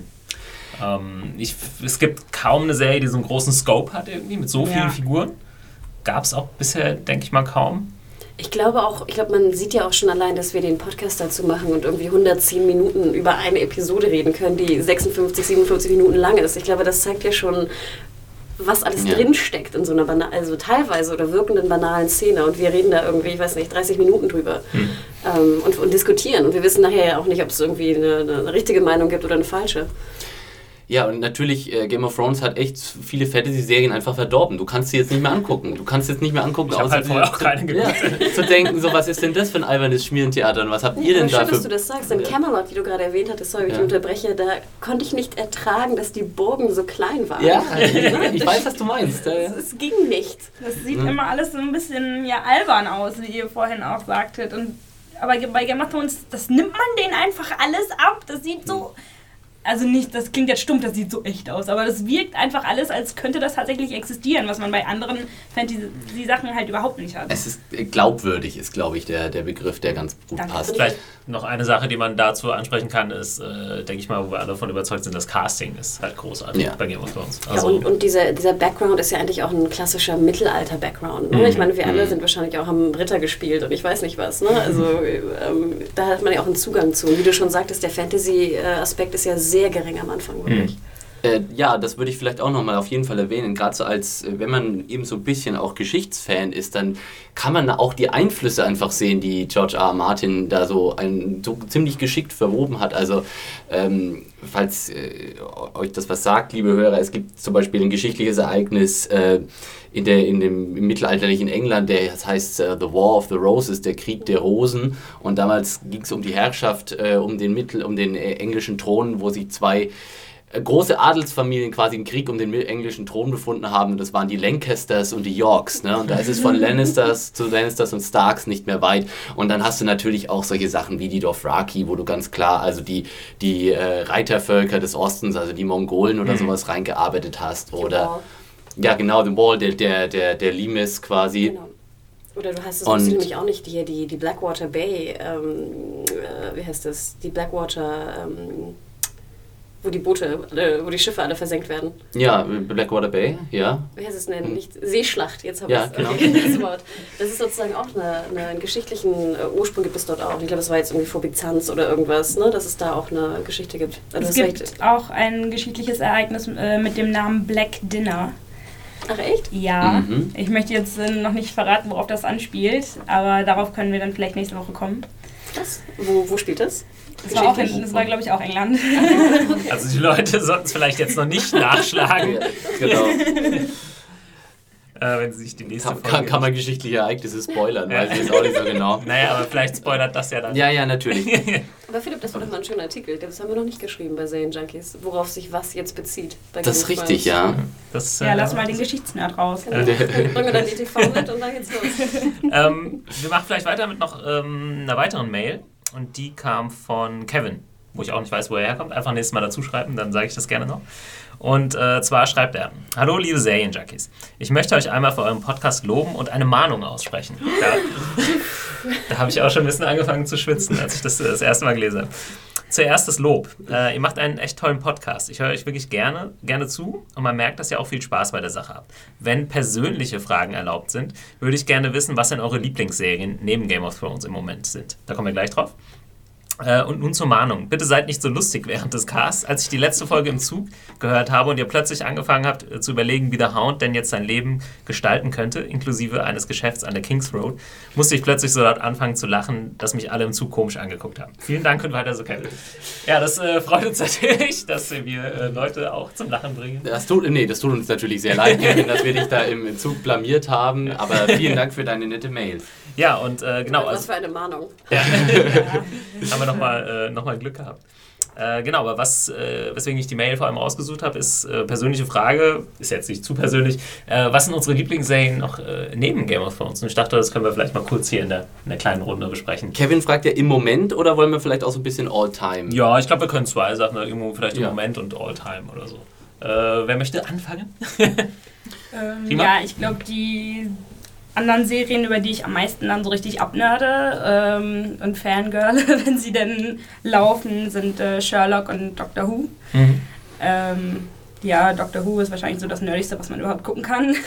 Es gibt kaum eine Serie, die so einen großen Scope hat irgendwie, mit so vielen Figuren. Gab es auch bisher, denke ich mal, kaum. Ich glaube, man sieht ja auch schon allein, dass wir den Podcast dazu machen und irgendwie 110 Minuten über eine Episode reden können, die 56, 47 Minuten lang ist. Ich glaube, das zeigt ja schon, was alles drinsteckt in so einer also teilweise oder wirkenden banalen Szene. Und wir reden da irgendwie, ich weiß nicht, 30 Minuten drüber und diskutieren. Und wir wissen nachher ja auch nicht, ob es irgendwie eine richtige Meinung gibt oder eine falsche. Ja, und natürlich, Game of Thrones hat echt viele Fantasy-Serien einfach verdorben. Du kannst sie jetzt nicht mehr angucken. Ich habe halt vorher auch keine geguckt. Zu denken, so, was ist denn das für ein albernes Schmierentheater und was habt ihr denn schön, dafür? Dass du das sagst. In Camelot, wie du gerade erwähnt hattest, sorry, ich unterbreche, da konnte ich nicht ertragen, dass die Burgen so klein waren. Ja, ich weiß, was du meinst. Es ging nicht. Das sieht immer alles so ein bisschen albern aus, wie ihr vorhin auch sagtet. Und aber bei Game of Thrones, das nimmt man denen einfach alles ab. Das sieht so... Also nicht, das klingt jetzt stumpf, das sieht so echt aus, aber das wirkt einfach alles, als könnte das tatsächlich existieren, was man bei anderen Fantasy-Sachen halt überhaupt nicht hat. Es ist glaubwürdig, ist glaube ich der Begriff, der ganz gut passt. Vielleicht noch eine Sache, die man dazu ansprechen kann, ist, denke ich mal, wo wir alle davon überzeugt sind, das Casting ist halt großartig bei Game of Thrones. Also und dieser Background ist ja eigentlich auch ein klassischer Mittelalter-Background. Ne? Ich meine, wir alle sind wahrscheinlich auch, haben Ritter gespielt und ich weiß nicht was. Ne? Also da hat man ja auch einen Zugang zu. Und wie du schon sagtest, der Fantasy-Aspekt ist ja sehr gering am Anfang, wirklich. Ja, das würde ich vielleicht auch nochmal auf jeden Fall erwähnen. Gerade so wenn man eben so ein bisschen auch Geschichtsfan ist, dann kann man auch die Einflüsse einfach sehen, die George R. R. Martin da so ziemlich geschickt verwoben hat. Also, falls euch das was sagt, liebe Hörer, es gibt zum Beispiel ein geschichtliches Ereignis im mittelalterlichen England, das heißt The War of the Roses, der Krieg der Rosen. Und damals ging es um die Herrschaft, um den englischen Thron, wo sich zwei große Adelsfamilien quasi im Krieg um den englischen Thron befunden haben. Und das waren die Lancasters und die Yorks. Ne? Und da ist es von Lannisters zu Lannisters und Starks nicht mehr weit. Und dann hast du natürlich auch solche Sachen wie die Dothraki, wo du ganz klar also die Reitervölker des Ostens, also die Mongolen oder sowas reingearbeitet hast. Oder ja, genau, The Wall, der Limes quasi. Genau. Oder du hast es nämlich auch nicht die Blackwater Bay, wie heißt das? Die Blackwater... wo die Schiffe alle versenkt werden. Ja, Blackwater Bay, ja. Wie heißt es denn? Nicht Seeschlacht, jetzt habe ich das Wort. Das ist sozusagen auch einen geschichtlichen Ursprung gibt es dort auch. Ich glaube, es war jetzt irgendwie vor Byzanz oder irgendwas, ne? Dass es da auch eine Geschichte gibt. Also es gibt auch ein geschichtliches Ereignis mit dem Namen Black Dinner. Ach echt? Ja. Ich möchte jetzt noch nicht verraten, worauf das anspielt, aber darauf können wir dann vielleicht nächste Woche kommen. Was? Wo spielt das? Das war, glaube ich, auch England. Also die Leute sollten es vielleicht jetzt noch nicht nachschlagen. Genau. Wenn sie sich die nächste Folge... Kann man geschichtliche Ereignisse spoilern, weiß ich jetzt auch nicht so genau. Naja, aber vielleicht spoilert das ja dann. Ja, natürlich. Aber Philipp, das war doch mal ein schöner Artikel. Das haben wir noch nicht geschrieben bei Serienjunkies, worauf sich was jetzt bezieht. Das ist richtig, ja. Lass mal den Geschichtsnerd raus. Genau. Bringen wir dann die TV mit und dann geht's los. Wir machen vielleicht weiter mit noch einer weiteren Mail. Und die kam von Kevin, wo ich auch nicht weiß, wo er herkommt. Einfach nächstes Mal dazu schreiben, dann sage ich das gerne noch. Und zwar schreibt er: Hallo liebe Serienjunkies, ich möchte euch einmal für euren Podcast loben und eine Mahnung aussprechen. Da habe ich auch schon ein bisschen angefangen zu schwitzen, als ich das erste Mal gelesen habe. Zuerst das Lob. Ihr macht einen echt tollen Podcast. Ich höre euch wirklich gerne zu und man merkt, dass ihr auch viel Spaß bei der Sache habt. Wenn persönliche Fragen erlaubt sind, würde ich gerne wissen, was denn eure Lieblingsserien neben Game of Thrones im Moment sind. Da kommen wir gleich drauf. Und nun zur Mahnung. Bitte seid nicht so lustig während des Casts. Als ich die letzte Folge im Zug gehört habe und ihr plötzlich angefangen habt zu überlegen, wie der Hound denn jetzt sein Leben gestalten könnte, inklusive eines Geschäfts an der Kings Road, musste ich plötzlich so laut anfangen zu lachen, dass mich alle im Zug komisch angeguckt haben. Vielen Dank und weiter so, Kevin. Ja, das freut uns natürlich, dass wir Leute auch zum Lachen bringen. Das tut uns natürlich sehr leid, Kevin, dass wir dich da im Zug blamiert haben, aber vielen Dank für deine nette Mail. Ja, und genau. Was für eine Mahnung. Ja. Haben wir noch mal Glück gehabt. Genau, aber weswegen ich die Mail vor allem rausgesucht habe, ist persönliche Frage, ist jetzt nicht zu persönlich, was sind unsere Lieblingsserien noch neben Game of Thrones? Und ich dachte, das können wir vielleicht mal kurz hier in der kleinen Runde besprechen. Kevin fragt ja im Moment oder wollen wir vielleicht auch so ein bisschen All-Time? Ja, ich glaube, wir können zwei Sachen, irgendwo vielleicht im Moment und All-Time oder so. Wer möchte anfangen? Ja, ich glaube, die anderen Serien, über die ich am meisten dann so richtig abnörde und Fangirl, wenn sie denn laufen, sind Sherlock und Doctor Who. Ja, Doctor Who ist wahrscheinlich so das Nerdigste, was man überhaupt gucken kann.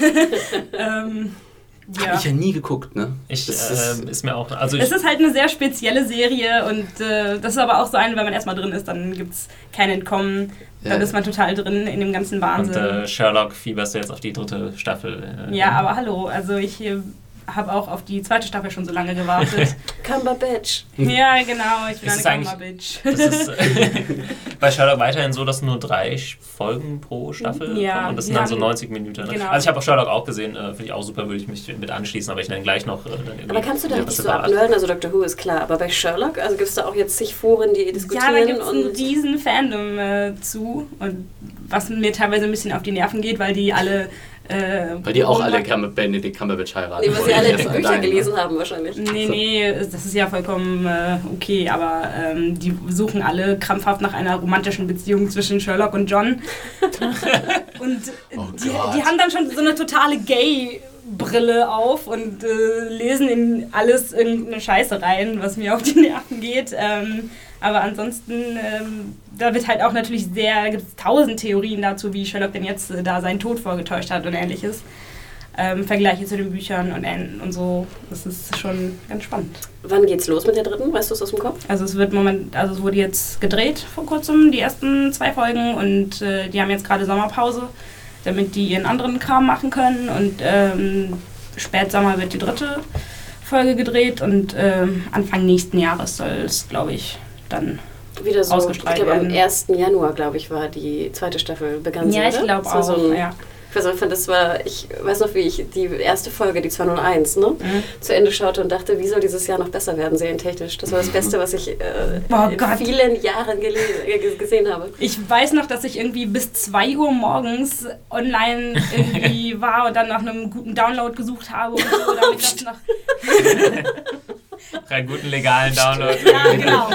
Habe ich ja nie geguckt, ne? Ist mir auch... Also es ist halt eine sehr spezielle Serie und das ist aber auch so eine, wenn man erstmal drin ist, dann gibt es kein Entkommen. Dann ist man total drin in dem ganzen Wahnsinn. Und Sherlock fieberst du jetzt auf die 3. Staffel. Ja, aber hallo, also ich habe auch auf die 2. Staffel schon so lange gewartet. Cumberbatch. Ja, genau, ich bin eine Cumberbatch. Das ist bei Sherlock weiterhin so, dass nur 3 Folgen pro Staffel kommen und das sind dann so 90 Minuten. Ne? Genau. Also ich habe auch Sherlock auch gesehen, finde ich auch super, würde ich mich mit anschließen, aber ich nenne gleich noch... aber kannst du da nicht so abnörden? Also Doctor Who ist klar, aber bei Sherlock, also gibt es da auch jetzt zig Foren, die diskutieren? Ja, da gibt es ein riesen Fandom zu und was mir teilweise ein bisschen auf die Nerven geht, weil die alle Weil die auch alle Benedict Cumberbatch heiraten. Nee, weil sie alle die Bücher gelesen haben wahrscheinlich. Nee, das ist ja vollkommen okay, aber die suchen alle krampfhaft nach einer romantischen Beziehung zwischen Sherlock und John. Und die haben dann schon so eine totale Gay-Brille auf und lesen in alles irgendeine Scheiße rein, was mir auf die Nerven geht. Aber ansonsten, da wird halt auch natürlich da gibt es 1000 Theorien dazu, wie Sherlock denn jetzt da seinen Tod vorgetäuscht hat und ähnliches. Vergleiche zu den Büchern und so, das ist schon ganz spannend. Wann geht's los mit der dritten? Weißt du es aus dem Kopf? Also es wurde jetzt gedreht vor kurzem, die ersten 2 Folgen und die haben jetzt gerade Sommerpause, damit die ihren anderen Kram machen können und Spätsommer wird die 3. Folge gedreht und Anfang nächsten Jahres soll es, glaube ich, dann wieder so, ausgestrahlt werden. Ich werden. glaube, am 1. Januar, glaube ich, war die 2. Staffel begann. Ja, ich glaube auch, ja. Ich weiß noch, wie ich die erste Folge, die 201, zu Ende schaute und dachte, wie soll dieses Jahr noch besser werden, serientechnisch. Das war das Beste, was ich in vielen Jahren gesehen habe. Ich weiß noch, dass ich irgendwie bis 2 Uhr morgens online irgendwie war und dann nach einem guten Download gesucht habe und so, damit das noch... Einen guten legalen Download. Ja, genau.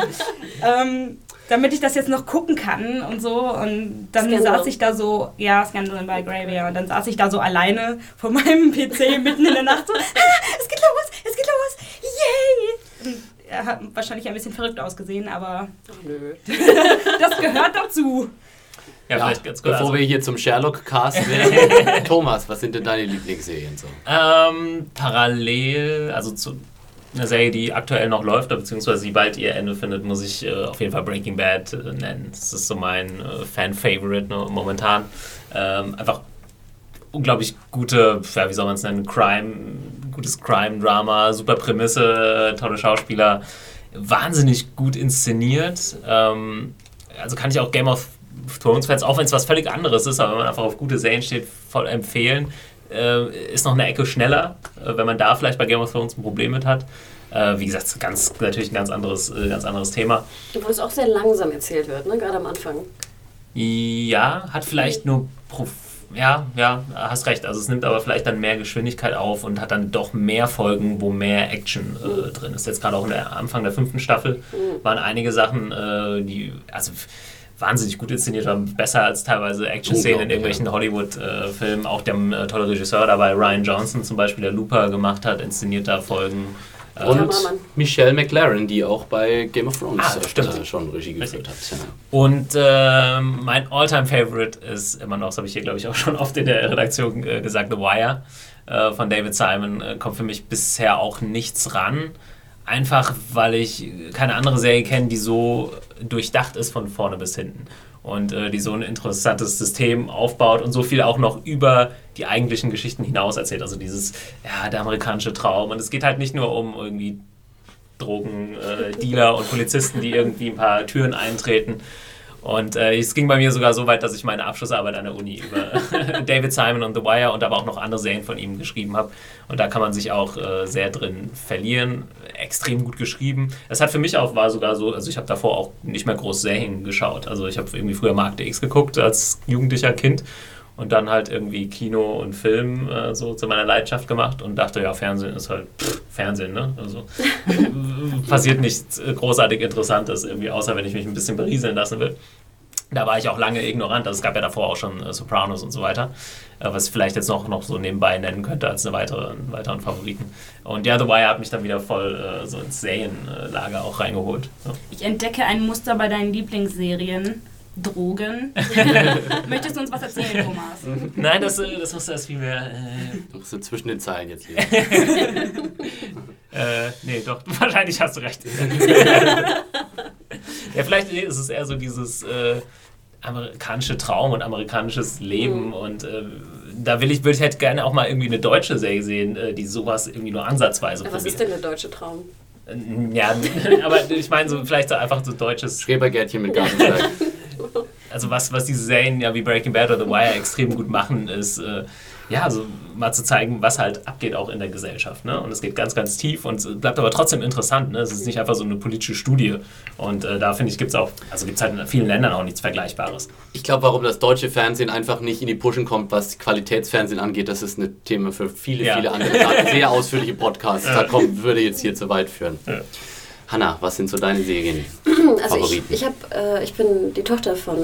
Damit ich das jetzt noch gucken kann und so. Und dann saß ich da so, Scandal by Gravy, und dann saß ich da so alleine vor meinem PC mitten in der Nacht so, es geht los, yay! Und er hat wahrscheinlich ein bisschen verrückt ausgesehen, aber das gehört dazu. Ja, vielleicht ganz kurz. Bevor wir hier zum Sherlock-Cast werden, Thomas, was sind denn deine Lieblingsserien so? Parallel, also zu einer Serie, die aktuell noch läuft, beziehungsweise die bald ihr Ende findet, muss ich auf jeden Fall Breaking Bad nennen. Das ist so mein Fan-Favorite momentan. Einfach unglaublich gute, wie soll man es nennen, gutes Crime-Drama, super Prämisse, tolle Schauspieler, wahnsinnig gut inszeniert. Also kann ich auch Game of Thrones-Fans, auch wenn es was völlig anderes ist, aber wenn man einfach auf gute Serien steht, voll empfehlen. Ist noch eine Ecke schneller, wenn man da vielleicht bei Game of Thrones ein Problem mit hat. Wie gesagt, natürlich ein ganz anderes Thema. Obwohl es auch sehr langsam erzählt wird, ne? Gerade am Anfang. Ja, hat vielleicht nur... Ja, hast recht. Also es nimmt aber vielleicht dann mehr Geschwindigkeit auf und hat dann doch mehr Folgen, wo mehr Action drin ist. Jetzt gerade auch Anfang der 5. Staffel waren einige Sachen, die... Also, wahnsinnig gut inszeniert waren, besser als teilweise Action-Szenen in irgendwelchen Hollywood-Filmen. Auch der tolle Regisseur dabei, Ryan Johnson zum Beispiel, der Looper gemacht hat, inszeniert da Folgen. Und Michelle McLaren, die auch bei Game of Thrones schon Regie geführt hat. Ja. Und mein All-Time-Favorite ist immer noch, das habe ich hier glaube ich auch schon oft in der Redaktion gesagt, The Wire von David Simon. Kommt für mich bisher auch nichts ran. Einfach, weil ich keine andere Serie kenne, die so durchdacht ist von vorne bis hinten. Und die so ein interessantes System aufbaut und so viel auch noch über die eigentlichen Geschichten hinaus erzählt. Also der amerikanische Traum. Und es geht halt nicht nur um irgendwie Drogendealer und Polizisten, die irgendwie ein paar Türen eintreten. Und es ging bei mir sogar so weit, dass ich meine Abschlussarbeit an der Uni über David Simon und The Wire und aber auch noch andere Serien von ihm geschrieben habe. Und da kann man sich auch sehr drin verlieren. Extrem gut geschrieben. Es hat für mich auch, war sogar so, also ich habe davor auch nicht mehr groß Serien geschaut. Also ich habe irgendwie früher mal Akte X geguckt als jugendlicher Kind und dann halt irgendwie Kino und Film so zu meiner Leidenschaft gemacht und dachte, ja, Fernsehen ist halt Fernsehen, ne? Also passiert nichts großartig Interessantes irgendwie, außer wenn ich mich ein bisschen berieseln lassen will. Da war ich auch lange ignorant, also es gab ja davor auch schon Sopranos und so weiter, was ich vielleicht jetzt noch so nebenbei nennen könnte als einen weiteren Favoriten. Und ja, The Wire hat mich dann wieder voll so ins Serienlager auch reingeholt. Ja. Ich entdecke ein Muster bei deinen Lieblingsserien. Drogen. Möchtest du uns was erzählen, Thomas? Nein, das muss erst wie wir... Du musst zwischen den Zeilen jetzt lesen. Nee, doch, wahrscheinlich hast du recht. Ja, vielleicht ist es eher so dieses amerikanische Traum und amerikanisches Leben und da würde ich halt gerne auch mal irgendwie eine deutsche Serie sehen, die sowas irgendwie nur ansatzweise probiert. Was ist denn der deutsche Traum? Ja, aber ich meine so vielleicht so einfach so deutsches... Schrebergärtchen mit Gartensteig. Also was diese Serien ja wie Breaking Bad oder The Wire extrem gut machen, ist ja, so mal zu zeigen, was halt abgeht auch in der Gesellschaft. Ne? Und es geht ganz, ganz tief und es bleibt aber trotzdem interessant. Ne? Es ist nicht einfach so eine politische Studie. Und da finde ich, gibt es halt in vielen Ländern auch nichts Vergleichbares. Ich glaube, warum das deutsche Fernsehen einfach nicht in die Pushen kommt, was Qualitätsfernsehen angeht, das ist ein Thema für viele andere Tage. Sehr ausführliche Podcasts. Würde jetzt hier zu weit führen. Ja. Hanna, was sind so deine Serien-Favoriten? Also ich bin die Tochter von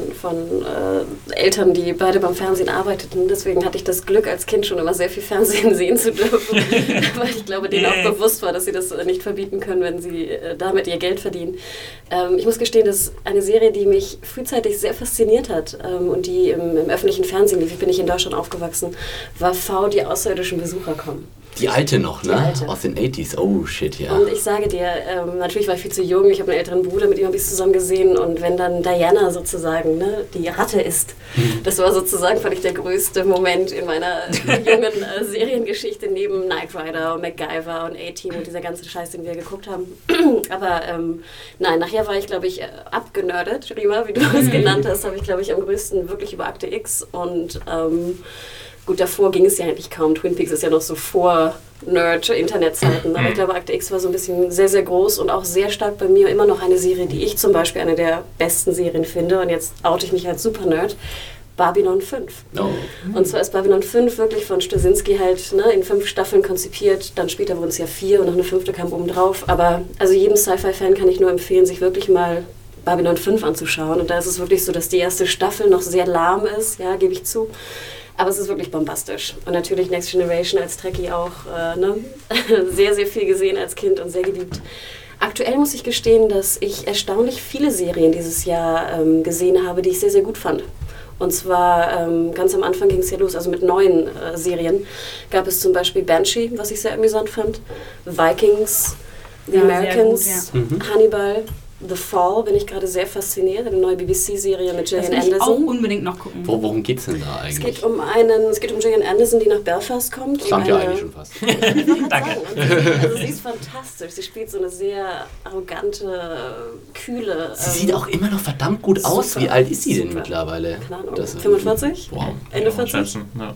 Eltern, die beide beim Fernsehen arbeiteten. Deswegen hatte ich das Glück, als Kind schon immer sehr viel Fernsehen sehen zu dürfen. Weil ich glaube, denen auch bewusst war, dass sie das nicht verbieten können, wenn sie damit ihr Geld verdienen. Ich muss gestehen, das ist eine Serie, die mich frühzeitig sehr fasziniert hat und die im öffentlichen Fernsehen lief. Ich bin nicht in Deutschland aufgewachsen. War V, die außerirdischen Besucher kommen. Die alte noch, ne? Alte. Aus den 80s. Oh, shit, ja. Und ich sage dir, natürlich war ich viel zu jung. Ich habe einen älteren Bruder, mit ihm habe ich es zusammen gesehen. Und wenn dann Diana sozusagen, ne, die Ratte ist, das war sozusagen, fand ich, der größte Moment in meiner jungen Seriengeschichte neben Knight Rider und MacGyver und A-Team und dieser ganze Scheiß, den wir geguckt haben. Aber nein, nachher war ich, glaube ich, abgenördet. Rima, wie du es genannt hast, habe ich, glaube ich, am größten wirklich über Akte X und gut, davor ging es ja eigentlich kaum. Twin Peaks ist ja noch so vor Nerd-Internetzeiten. Aber ich glaube, Akte X war so ein bisschen sehr, sehr groß und auch sehr stark bei mir immer noch eine Serie, die ich zum Beispiel eine der besten Serien finde. Und jetzt oute ich mich als Super-Nerd. Babylon 5. Oh. Und zwar ist Babylon 5 wirklich von Straczynski halt in 5 Staffeln konzipiert. Dann später wurden es ja 4 und noch eine 5. kam oben drauf. Aber also jedem Sci-Fi-Fan kann ich nur empfehlen, sich wirklich mal Babylon 5 anzuschauen. Und da ist es wirklich so, dass die erste Staffel noch sehr lahm ist, ja, gebe ich zu. Aber es ist wirklich bombastisch. Und natürlich Next Generation als Trekkie auch sehr, sehr viel gesehen als Kind und sehr geliebt. Aktuell muss ich gestehen, dass ich erstaunlich viele Serien dieses Jahr gesehen habe, die ich sehr, sehr gut fand. Und zwar ganz am Anfang ging es ja los, also mit neuen Serien. Gab es zum Beispiel Banshee, was ich sehr amüsant fand. Vikings, The Americans, gut, ja. Hannibal. The Fall bin ich gerade sehr fasziniert, eine neue BBC-Serie mit Gillian Anderson. Das will ich auch unbedingt noch gucken. Worum geht's denn da eigentlich? Es geht um Gillian Anderson, die nach Belfast kommt. Das klang ja eigentlich schon fast. Danke. Also sie ist fantastisch. Sie spielt so eine sehr arrogante, kühle... Sie sieht auch immer noch verdammt gut aus. Wie alt ist sie denn mittlerweile? Keine Ahnung. 45? Wow. Ende 40? Ja.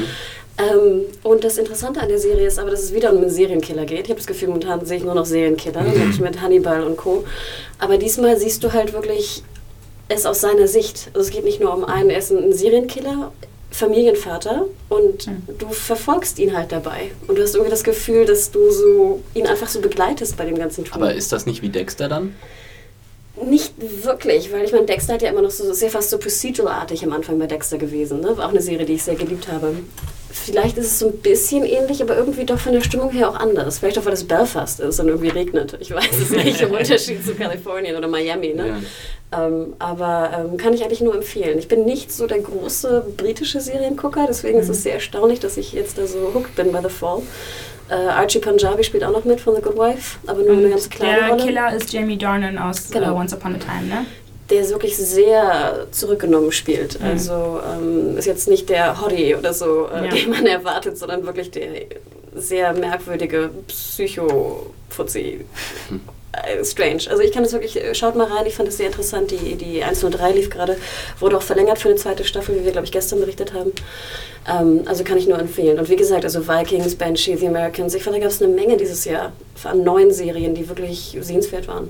Und das Interessante an der Serie ist aber, dass es wieder um einen Serienkiller geht. Ich habe das Gefühl, momentan sehe ich nur noch Serienkiller mit Hannibal und Co. Aber diesmal siehst du halt wirklich es aus seiner Sicht. Also es geht nicht nur um einen, er ist ein Serienkiller, Familienvater und du verfolgst ihn halt dabei. Und du hast irgendwie das Gefühl, dass du ihn einfach so begleitest bei dem ganzen Tun. Aber ist das nicht wie Dexter dann? Nicht wirklich, weil ich meine, Dexter hat ja immer noch so, ist ja fast so procedural-artig am Anfang bei Dexter gewesen. Ne? War auch eine Serie, die ich sehr geliebt habe. Vielleicht ist es so ein bisschen ähnlich, aber irgendwie doch von der Stimmung her auch anders. Vielleicht auch, weil es Belfast ist und irgendwie regnet. Ich weiß es nicht, im Unterschied zu Kalifornien oder Miami. Ne? Ja. Aber kann ich eigentlich nur empfehlen. Ich bin nicht so der große britische Seriengucker, deswegen ist es sehr erstaunlich, dass ich jetzt da so hooked bin bei The Fall. Archie Punjabi spielt auch noch mit von The Good Wife, aber nur eine ganz kleine Rolle. Der Killer ist Jamie Dornan aus Once Upon a Time, ne? Der wirklich sehr zurückgenommen spielt. Also ist jetzt nicht der Hottie oder so, den man erwartet, sondern wirklich der sehr merkwürdige Psycho-Fuzzi. Strange. Also ich kann das wirklich, schaut mal rein, ich fand es sehr interessant, die 103 lief gerade, wurde auch verlängert für eine zweite Staffel, wie wir, glaube ich, gestern berichtet haben. Also kann ich nur empfehlen. Und wie gesagt, also Vikings, Banshee, The Americans, ich fand, da gab es eine Menge dieses Jahr an neuen Serien, die wirklich sehenswert waren.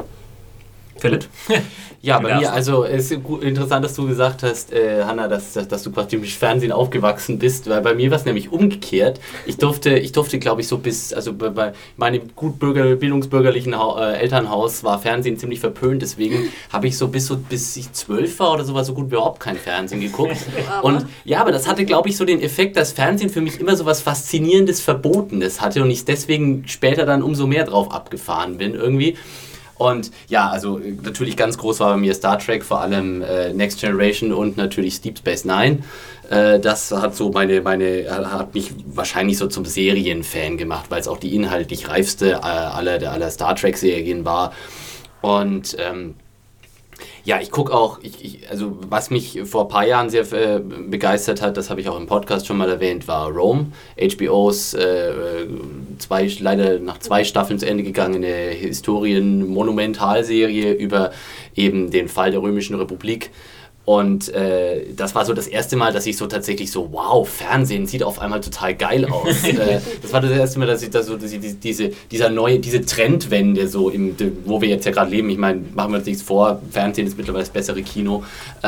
Philipp? Ja, bei mir, also es ist interessant, dass du gesagt hast, Hanna, dass du praktisch mit Fernsehen aufgewachsen bist, weil bei mir war es nämlich umgekehrt. Ich durfte glaube ich, so bei meinem gut bildungsbürgerlichen Elternhaus war Fernsehen ziemlich verpönt, deswegen habe ich bis ich 12 war oder so, war so gut wie überhaupt kein Fernsehen geguckt. Und ja, aber das hatte, glaube ich, so den Effekt, dass Fernsehen für mich immer so was Faszinierendes, Verbotenes hatte und ich deswegen später dann umso mehr drauf abgefahren bin irgendwie. Und ja, also natürlich ganz groß war bei mir Star Trek, vor allem Next Generation und natürlich Deep Space Nine. Das hat so hat mich wahrscheinlich so zum Serienfan gemacht, weil es auch die inhaltlich reifste aller Star Trek Serien war. Und ja, ich gucke auch, also was mich vor ein paar Jahren sehr begeistert hat, das habe ich auch im Podcast schon mal erwähnt, war Rome, HBOs leider nach 2 Staffeln zu Ende gegangene Historien-Monumentalserie über eben den Fall der Römischen Republik. Und das war so das erste Mal, dass ich so tatsächlich so, wow, Fernsehen sieht auf einmal total geil aus. Das war das erste Mal, dass ich da so diese Trendwende so, wo wir jetzt ja gerade leben, ich meine, machen wir uns nichts vor, Fernsehen ist mittlerweile das bessere Kino,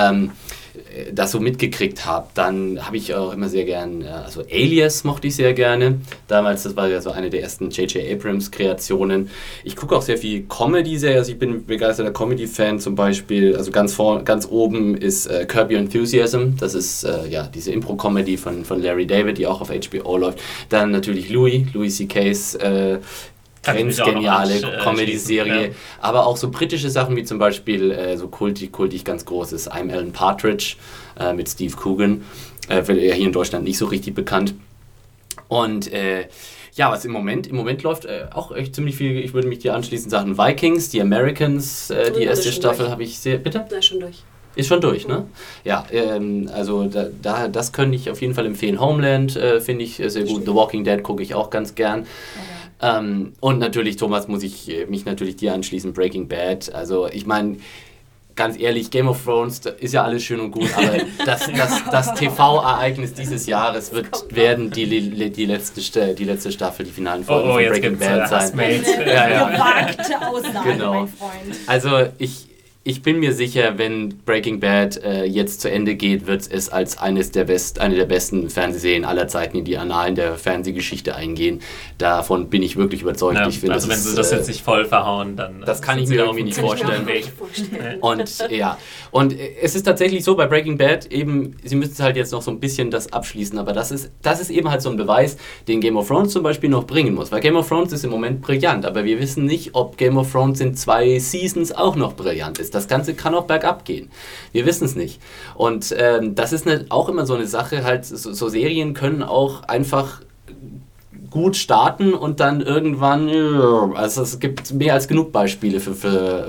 das so mitgekriegt habe. Dann habe ich auch immer sehr gern, also Alias mochte ich sehr gerne. Damals, das war ja so eine der ersten J.J. Abrams Kreationen. Ich gucke auch sehr viel Comedy-Serien, also ich bin begeisterter Comedy-Fan zum Beispiel. Also ganz oben ist Curb Your Enthusiasm. Das ist diese Impro-Comedy von Larry David, die auch auf HBO läuft. Dann natürlich Louis C.K.'s grenzgeniale Comedy-Serie, aber auch so britische Sachen wie zum Beispiel so kultig ganz groß ist I'm Alan Partridge mit Steve Coogan, wird ja hier in Deutschland nicht so richtig bekannt. Und was im Moment läuft auch echt ziemlich viel, ich würde mich dir anschließen, Sachen Vikings, die Americans, die erste Staffel habe ich sehr, bitte? Da ist schon durch. Ist schon durch, ne? Ja, also das könnte ich auf jeden Fall empfehlen. Homeland finde ich sehr gut, The Walking Dead gucke ich auch ganz gern. Und natürlich, Thomas, muss ich mich natürlich dir anschließen, Breaking Bad. Also ich meine, ganz ehrlich, Game of Thrones ist ja alles schön und gut, aber das TV-Ereignis dieses Jahres werden die letzte Staffel, die finalen Folgen von Breaking Bad sein. Gewagte Aussage, genau. Mein Freund. Also ich bin mir sicher, wenn Breaking Bad jetzt zu Ende geht, wird es als eine der besten Fernsehserien aller Zeiten in die Annalen der Fernsehgeschichte eingehen. Davon bin ich wirklich überzeugt. Ja, ich finde, also wenn sie das jetzt nicht voll verhauen, dann... Das kann ich mir irgendwie nicht vorstellen. Und es ist tatsächlich so, bei Breaking Bad eben, sie müssen halt jetzt noch so ein bisschen das abschließen, aber das ist eben halt so ein Beweis, den Game of Thrones zum Beispiel noch bringen muss. Weil Game of Thrones ist im Moment brillant, aber wir wissen nicht, ob Game of Thrones in 2 Seasons auch noch brillant ist. Das Ganze kann auch bergab gehen. Wir wissen es nicht. Und das ist auch immer so eine Sache, halt so Serien können auch einfach gut starten und dann irgendwann, also es gibt mehr als genug Beispiele für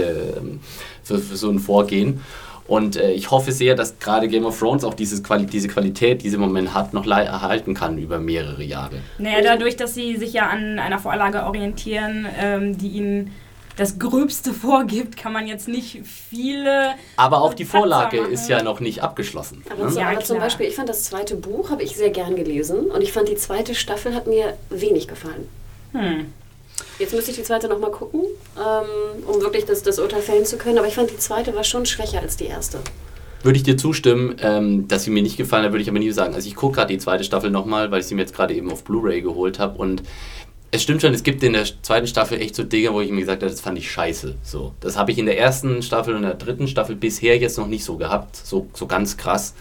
so ein Vorgehen. Und ich hoffe sehr, dass gerade Game of Thrones auch diese Qualität, die sie im Moment hat, noch erhalten kann über mehrere Jahre. Naja, dadurch, dass sie sich ja an einer Vorlage orientieren, die ihnen das Gröbste vorgibt, kann man jetzt nicht viele... Aber auch die Vorlage ist ja noch nicht abgeschlossen. Aber zum Beispiel, ich fand das zweite Buch, habe ich sehr gern gelesen und ich fand die zweite Staffel hat mir wenig gefallen. Jetzt müsste ich die zweite nochmal gucken, um wirklich das Urteil fällen zu können, aber ich fand die zweite war schon schwächer als die erste. Würde ich dir zustimmen, dass sie mir nicht gefallen hat, würde ich aber nie sagen. Also ich gucke gerade die zweite Staffel nochmal, weil ich sie mir jetzt gerade eben auf Blu-ray geholt habe und es stimmt schon, es gibt in der zweiten Staffel echt so Dinge, wo ich mir gesagt habe, das fand ich scheiße. So, das habe ich in der ersten Staffel und der dritten Staffel bisher jetzt noch nicht so gehabt, so ganz krass.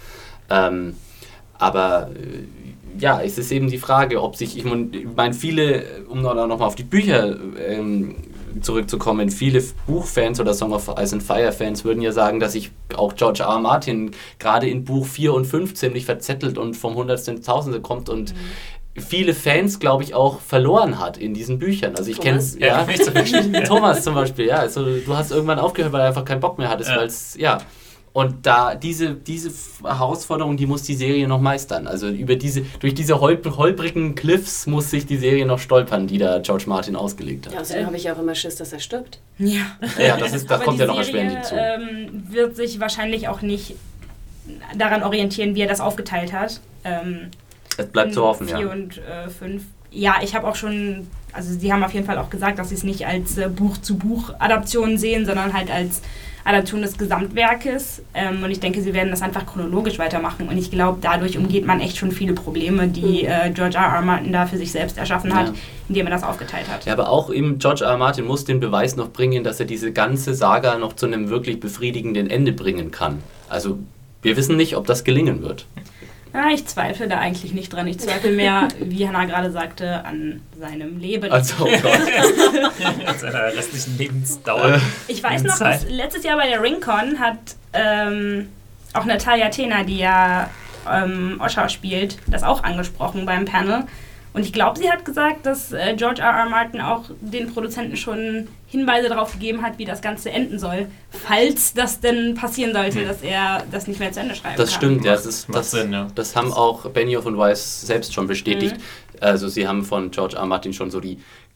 Aber es ist eben die Frage, ob sich, ich meine, viele, um nochmal auf die Bücher zurückzukommen, viele Buchfans oder Song of Ice and Fire Fans würden ja sagen, dass sich auch George R. R. Martin gerade in Buch 4 und 5 ziemlich verzettelt und vom Hundertste ins Tausende kommt und viele Fans, glaube ich, auch verloren hat in diesen Büchern. Also ich kenne Thomas zum Beispiel, ja. Also du hast irgendwann aufgehört, weil du einfach keinen Bock mehr hattest, weil es, Und da diese Herausforderung, die muss die Serie noch meistern. Also durch diese holprigen Cliffs muss sich die Serie noch stolpern, die da George Martin ausgelegt hat. Ja, außerdem habe ich auch immer Schiss, dass er stirbt. Ja, das kommt ja noch erschwerend hinzu. Wird sich wahrscheinlich auch nicht daran orientieren, wie er das aufgeteilt hat. Es bleibt zu hoffen, 4 und 5. Ja, ich habe auch schon, also sie haben auf jeden Fall auch gesagt, dass sie es nicht als Buch-zu-Buch-Adaption sehen, sondern halt als Adaption des Gesamtwerkes. Und ich denke, sie werden das einfach chronologisch weitermachen. Und ich glaube, dadurch umgeht man echt schon viele Probleme, die George R. R. Martin da für sich selbst erschaffen hat, indem er das aufgeteilt hat. Ja, aber auch eben George R. R. Martin muss den Beweis noch bringen, dass er diese ganze Saga noch zu einem wirklich befriedigenden Ende bringen kann. Also wir wissen nicht, ob das gelingen wird. Ja, ich zweifle da eigentlich nicht dran. Ich zweifle mehr, wie Hannah gerade sagte, an seinem Leben. Also, oh Gott. An seiner restlichen Lebensdauer. Ich weiß noch, dass letztes Jahr bei der Ringcon hat auch Natalia Tena, die ja Osha spielt, das auch angesprochen beim Panel. Und ich glaube, sie hat gesagt, dass George R. R. Martin auch den Produzenten schon Hinweise darauf gegeben hat, wie das Ganze enden soll, falls das denn passieren sollte, dass er das nicht mehr zu Ende schreiben kann. Das stimmt, ja. Macht Sinn, ja. Das haben auch Benioff und Weiss selbst schon bestätigt. Also sie haben von George R. Martin schon so die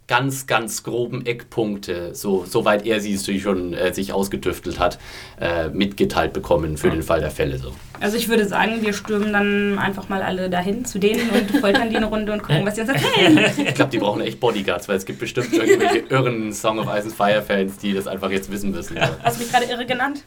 ganz, ganz groben Eckpunkte, soweit er sie schon sich ausgetüftelt hat, mitgeteilt bekommen für den Fall der Fälle. So. Also ich würde sagen, wir stürmen dann einfach mal alle dahin zu denen und foltern die eine Runde und gucken, was die uns erzählen. Ich glaube, die brauchen echt Bodyguards, weil es gibt bestimmt irgendwelche irren Song of Ice and Fire Fans, die das einfach jetzt wissen müssen. Hast du mich gerade irre genannt?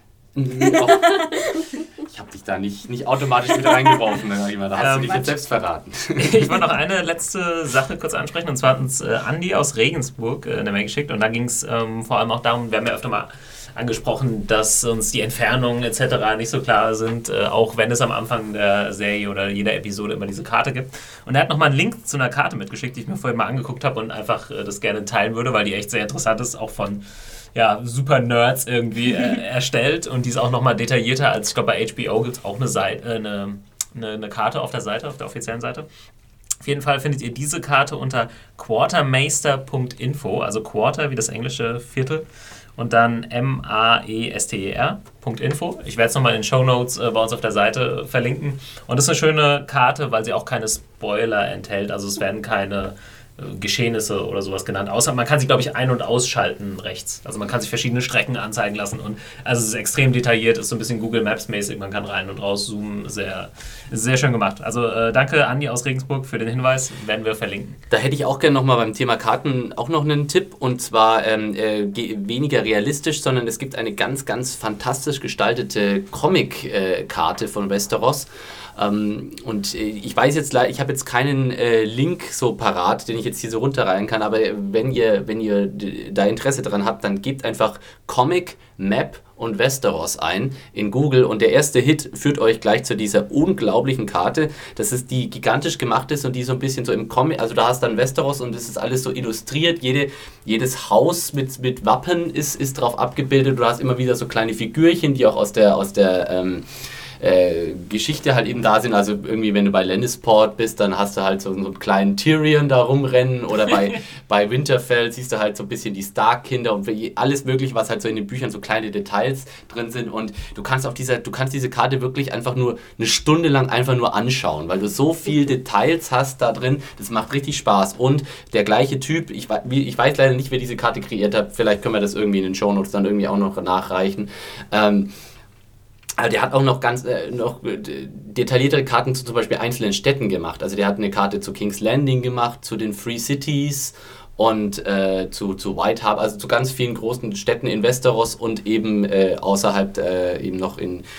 Ich habe dich da nicht automatisch mit reingeworfen. Da hast du dich jetzt selbst verraten. Ich wollte noch eine letzte Sache kurz ansprechen. Und zwar hat uns Andi aus Regensburg eine Mail geschickt. Und da ging es vor allem auch darum, wir haben ja öfter mal angesprochen, dass uns die Entfernungen etc. nicht so klar sind, auch wenn es am Anfang der Serie oder jeder Episode immer diese Karte gibt. Und er hat nochmal einen Link zu einer Karte mitgeschickt, die ich mir vorhin mal angeguckt habe und einfach das gerne teilen würde, weil die echt sehr interessant ist, auch von super Nerds irgendwie erstellt, und die ist auch nochmal detaillierter als, ich glaube, bei HBO gibt es auch eine Karte auf der Seite, auf der offiziellen Seite. Auf jeden Fall findet ihr diese Karte unter quartermeister.info, also Quarter wie das englische Viertel und dann maester.info. Ich werde es nochmal in den Shownotes bei uns auf der Seite verlinken. Und das ist eine schöne Karte, weil sie auch keine Spoiler enthält, also es werden keine Geschehnisse oder sowas genannt. Außer man kann sie, glaube ich, ein- und ausschalten rechts. Also man kann sich verschiedene Strecken anzeigen lassen. Und also es ist extrem detailliert, ist so ein bisschen Google Maps mäßig. Man kann rein und raus zoomen. Sehr, sehr schön gemacht. Also danke Andi aus Regensburg für den Hinweis. Werden wir verlinken. Da hätte ich auch gerne nochmal beim Thema Karten auch noch einen Tipp. Und zwar weniger realistisch, sondern es gibt eine ganz, ganz fantastisch gestaltete Comic-Karte von Westeros. Und ich weiß jetzt, ich habe jetzt keinen Link so parat, den ich jetzt hier so runterreihen kann, aber wenn ihr da Interesse dran habt, dann gebt einfach Comic, Map und Westeros ein in Google, und der erste Hit führt euch gleich zu dieser unglaublichen Karte. Das ist die gigantisch gemacht ist und die so ein bisschen so im Comic, also da hast dann Westeros und es ist alles so illustriert, jedes Haus mit Wappen ist drauf abgebildet, du hast immer wieder so kleine Figürchen, die auch aus der Geschichte halt eben da sind, also irgendwie, wenn du bei Lannisport bist, dann hast du halt so einen kleinen Tyrion da rumrennen, oder bei Winterfell siehst du halt so ein bisschen die Stark-Kinder und alles mögliche, was halt so in den Büchern so kleine Details drin sind, und du kannst diese Karte wirklich einfach nur eine Stunde lang einfach nur anschauen, weil du so viel Details hast da drin, das macht richtig Spaß. Und der gleiche Typ, ich weiß leider nicht, wer diese Karte kreiert hat, vielleicht können wir das irgendwie in den Shownotes dann irgendwie auch noch nachreichen. Aber der hat auch noch ganz detailliertere Karten zu zum Beispiel einzelnen Städten gemacht. Also der hat eine Karte zu King's Landing gemacht, zu den Free Cities und zu White Harbor, also zu ganz vielen großen Städten in Westeros und eben außerhalb eben noch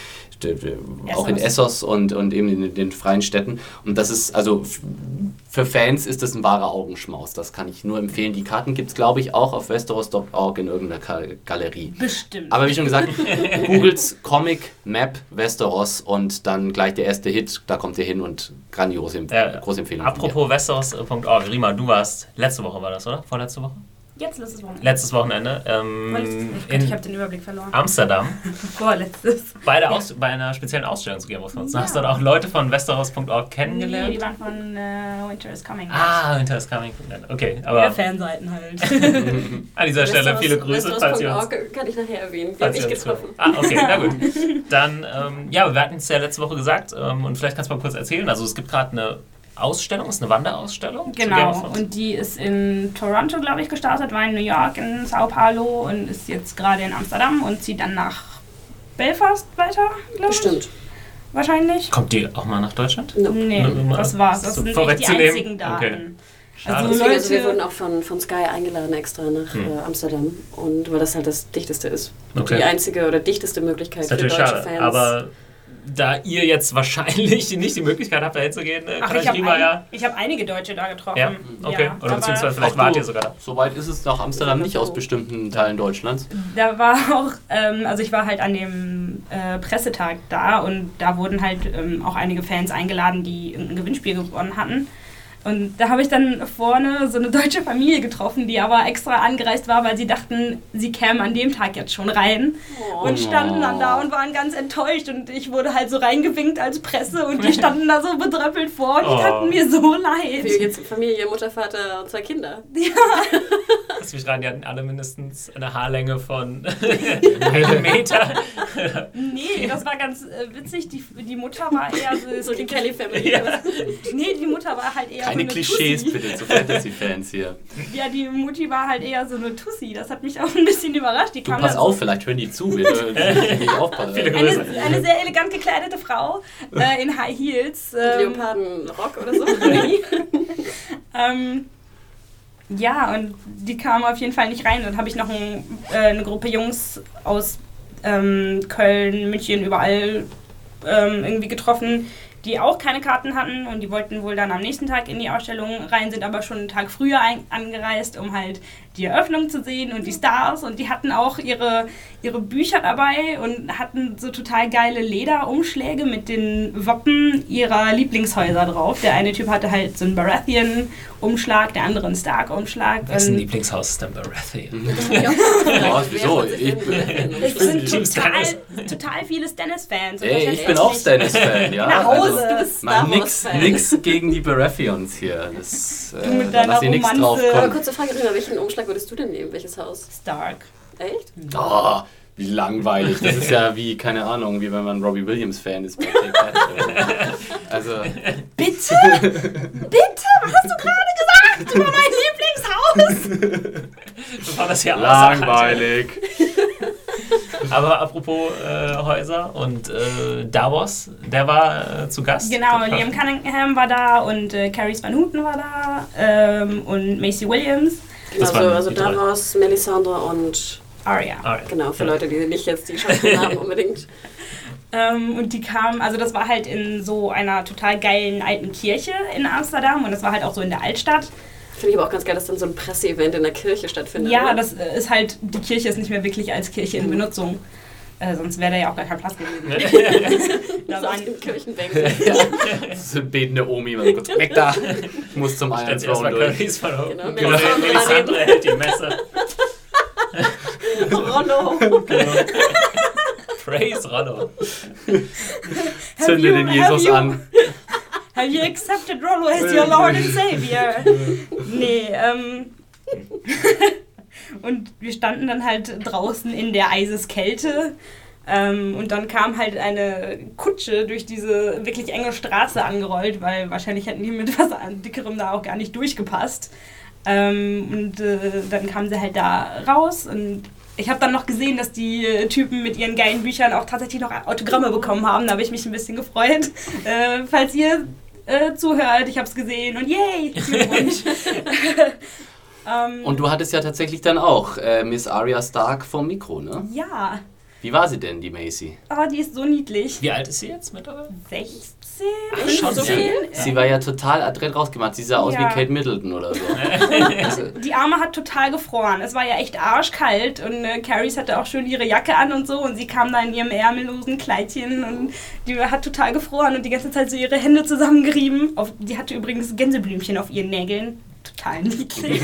auch in Essos und eben in den freien Städten. Und das ist, also für Fans ist das ein wahrer Augenschmaus. Das kann ich nur empfehlen. Die Karten gibt es, glaube ich, auch auf westeros.org in irgendeiner Galerie. Bestimmt. Aber wie schon gesagt, googles Comic, Map, Westeros und dann gleich der erste Hit. Da kommt ihr hin und große Empfehlung. Apropos westeros.org. Rima, du warst, letzte Woche war das, oder? Vorletzte Woche? Jetzt letztes Wochenende. Letztes Wochenende. Ich habe den Überblick verloren. Amsterdam. Vorletztes. Bei einer speziellen Ausstellung zu Game of Thrones. Hast du dann auch Leute von Westeros.org kennengelernt? Nee, die waren von Winter is Coming. Winter is Coming. Okay, aber... Ja, Fanseiten halt. An dieser Stelle viele Grüße, falls ihr uns... Kann ich nachher erwähnen. Die habe ich getroffen. Okay, na gut. Dann, wir hatten es ja letzte Woche gesagt, und vielleicht kannst du mal kurz erzählen. Also es gibt gerade eine Ausstellung, ist eine Wanderausstellung. Genau, und die ist in Toronto, glaube ich, gestartet, war in New York, in Sao Paulo und ist jetzt gerade in Amsterdam und zieht dann nach Belfast weiter, glaube ich. Bestimmt. Wahrscheinlich. Kommt die auch mal nach Deutschland? Nee, das war's. Das sind nicht die einzigen Daten. Okay. Also wir wurden auch von Sky eingeladen extra nach Amsterdam, und weil das halt das Dichteste ist. Okay. Die einzige oder dichteste Möglichkeit für deutsche schade, Fans. Aber da ihr jetzt wahrscheinlich nicht die Möglichkeit habt, da hinzugehen, kann ich Rima ja... Ich habe einige Deutsche da getroffen. Ja? Okay. Ja, oder beziehungsweise vielleicht wart ihr sogar da. Soweit ist es nach Amsterdam nicht aus bestimmten Teilen Deutschlands. Da war auch, also ich war halt an dem Pressetag da, und da wurden halt auch einige Fans eingeladen, die irgendein Gewinnspiel gewonnen hatten. Und da habe ich dann vorne so eine deutsche Familie getroffen, die aber extra angereist war, weil sie dachten, sie kämen an dem Tag jetzt schon rein. Und standen dann da und waren ganz enttäuscht. Und ich wurde halt so reingewinkt als Presse, und die standen da so bedröppelt vor und die taten mir so leid. Wie jetzt Familie, Mutter, Vater und 2 Kinder. Ja. Lass mich rein, die hatten alle mindestens eine Haarlänge von 1 Meter. Nee, das war ganz witzig. Die Mutter war eher So die Kelly Family. Ja. Nee, die Mutter war halt eher Keine so eine Klischees Tussi. bitte zu Fantasy-Fans hier. Ja, die Mutti war halt eher so eine Tussi. Das hat mich auch ein bisschen überrascht. Die Du, kam pass dann auf, vielleicht hören die zu. Wir nicht aufpassen. Viele Grüße. eine sehr elegant gekleidete Frau in High Heels. Leopardenrock oder so. Ja, und die kam auf jeden Fall nicht rein. Dann habe ich noch eine Gruppe Jungs aus Köln, München, überall irgendwie getroffen, die auch keine Karten hatten und die wollten wohl dann am nächsten Tag in die Ausstellung rein, sind aber schon einen Tag früher angereist, um halt die Eröffnung zu sehen und die Stars, und die hatten auch ihre Bücher dabei und hatten so total geile Lederumschläge mit den Wappen ihrer Lieblingshäuser drauf. Der eine Typ hatte halt so einen Baratheon-Umschlag, der andere einen Stark-Umschlag. Wessen Lieblingshaus ist denn Baratheon? Oh, wieso? Es sind Team total viele Stannis-Fans. Ey, ich bin auch Stannis-Fan, ja. Nach Hause. Also, Du bist Mann, Star Wars-Fan. nix gegen die Baratheons hier. Das, Du mit da deiner lass ich nichts Romanze. drauf Aber kommen. kurze Frage, Rina, welchen Umschlag würdest du denn nehmen? Welches Haus? Stark. Echt? Oh, wie langweilig. Das ist ja wie, keine Ahnung, wie wenn man Robbie Williams-Fan ist bei Take That. Also, Bitte? Bitte? Was hast du gerade gesagt über mein Lieblingshaus? Bevor das hier langweilig. Aber apropos Häuser und Davos, der war zu Gast. Genau, Liam Cunningham war da und Carice Van Houten war da und Macy Williams. Das waren Also die drei. Davos, Melisandre und Arya. Ah, ja. genau, für Leute, die nicht jetzt die Schauspielnamen unbedingt. Und die kamen, also das war halt in so einer total geilen alten Kirche in Amsterdam und das war halt auch so in der Altstadt. Finde ich aber auch ganz geil, dass dann so ein Presseevent in der Kirche stattfindet. Ja, oder? das ist halt, die Kirche ist nicht mehr wirklich als Kirche in Benutzung. Sonst wäre da ja auch gar kein Platz gewesen. Da so auf waren den Kirchenbänken. Das ist eine betende Omi, mal kurz weg da. Ich muss zum Iron Stellt sich Throne erstmal durch. Currys von oben. Genau, Genau. Melisandre Melisandre hält die Messe. Rollo. Praise Rollo. Zünde den Jesus an. Have you accepted Rollo as your Lord and Savior? Nee, und wir standen dann halt draußen in der Eiseskälte. Und dann kam halt eine Kutsche durch diese wirklich enge Straße angerollt, weil wahrscheinlich hätten die mit was Dickerem da auch gar nicht durchgepasst. Dann kamen sie halt da raus und ich habe dann noch gesehen, dass die Typen mit ihren geilen Büchern auch tatsächlich noch Autogramme bekommen haben. Da habe ich mich ein bisschen gefreut. Falls ihr zuhört, ich habe es gesehen und yay! Glückwunsch. Und du hattest ja tatsächlich dann auch Miss Arya Stark vom Mikro, ne? Ja, Wie war sie denn, die Macy? oh, die ist so niedlich. Wie alt ist sie jetzt mittlerweile? 16? Ach, schon so sehr. viel? Sie war ja total adrett rausgemacht. Sie sah aus wie Ja. Kate Middleton oder so. Die Arme hat total gefroren. Es war ja echt arschkalt und Carice hatte auch schön ihre Jacke an und so und sie kam da in ihrem ärmellosen Kleidchen und die hat total gefroren und die ganze Zeit so ihre Hände zusammengerieben. Die hatte übrigens Gänseblümchen auf ihren Nägeln. Total niedlich.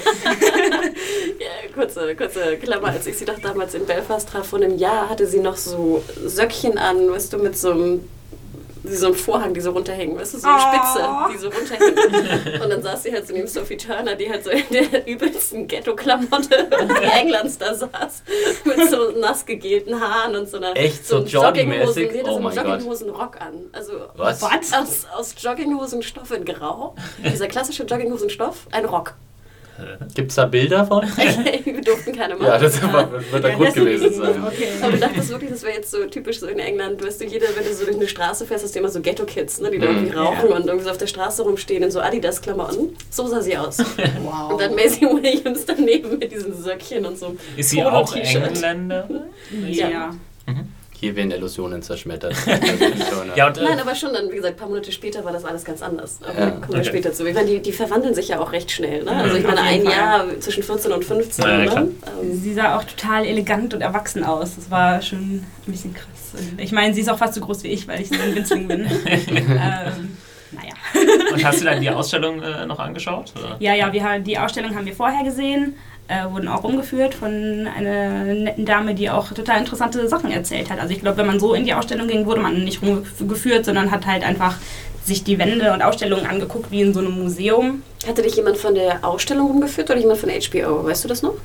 Ja, kurze Klammer, als ich sie doch damals in Belfast traf, vor einem Jahr hatte sie noch so Söckchen an, weißt du, mit so einem Vorhang, die so runterhängen, weißt du, so eine Spitze, die so runterhängen. Und dann saß sie halt so neben Sophie Turner, die halt so in der übelsten Ghetto-Klamotte Englands da saß, mit so nass gegelten Haaren und so einer Echt so einem joggingmäßig? Die hatte Oh so mein einen Gott. Jogginghosenrock an. Also Was? aus Jogginghosenstoff in Grau, dieser klassische Jogginghosenstoff, ein Rock. Gibt's da Bilder von? Wir durften keine machen. Ja, das wird der Grund gewesen sein. Okay. Aber ich dachte wirklich, das wäre jetzt so typisch so in England. Weißt du, wenn du so durch eine Straße fährst, hast du immer so Ghetto-Kids, ne, die da irgendwie rauchen und irgendwie so auf der Straße rumstehen in so Adidas-Klamotten. So sah sie aus. Wow. Und dann Maisie Williams daneben mit diesen Söckchen und so. Ist sie auch Polo-T-Shirt. Engländer? Ja. Hier werden Illusionen zerschmettert. Ja, und Nein, aber schon dann, wie gesagt, ein paar Monate später war das alles ganz anders. Aber Ja, kommen wir okay. später zu. Ich meine, die verwandeln sich ja auch recht schnell. Ne? Also ich meine, Auf ein jeden Fall. Jahr zwischen 14 und 15. Ja, klar. Ne? Sie sah auch total elegant und erwachsen aus. Das war schon ein bisschen krass. Und ich meine, sie ist auch fast so groß wie ich, weil ich so ein Winzling bin. Naja. Und hast du dann die Ausstellung noch angeschaut? Oder? Ja, die Ausstellung haben wir vorher gesehen, wurden auch rumgeführt von einer netten Dame, die auch total interessante Sachen erzählt hat. Also ich glaube, wenn man so in die Ausstellung ging, wurde man nicht rumgeführt, sondern hat halt einfach sich die Wände und Ausstellungen angeguckt wie in so einem Museum. Hatte dich jemand von der Ausstellung rumgeführt oder jemand von HBO? Weißt du das noch?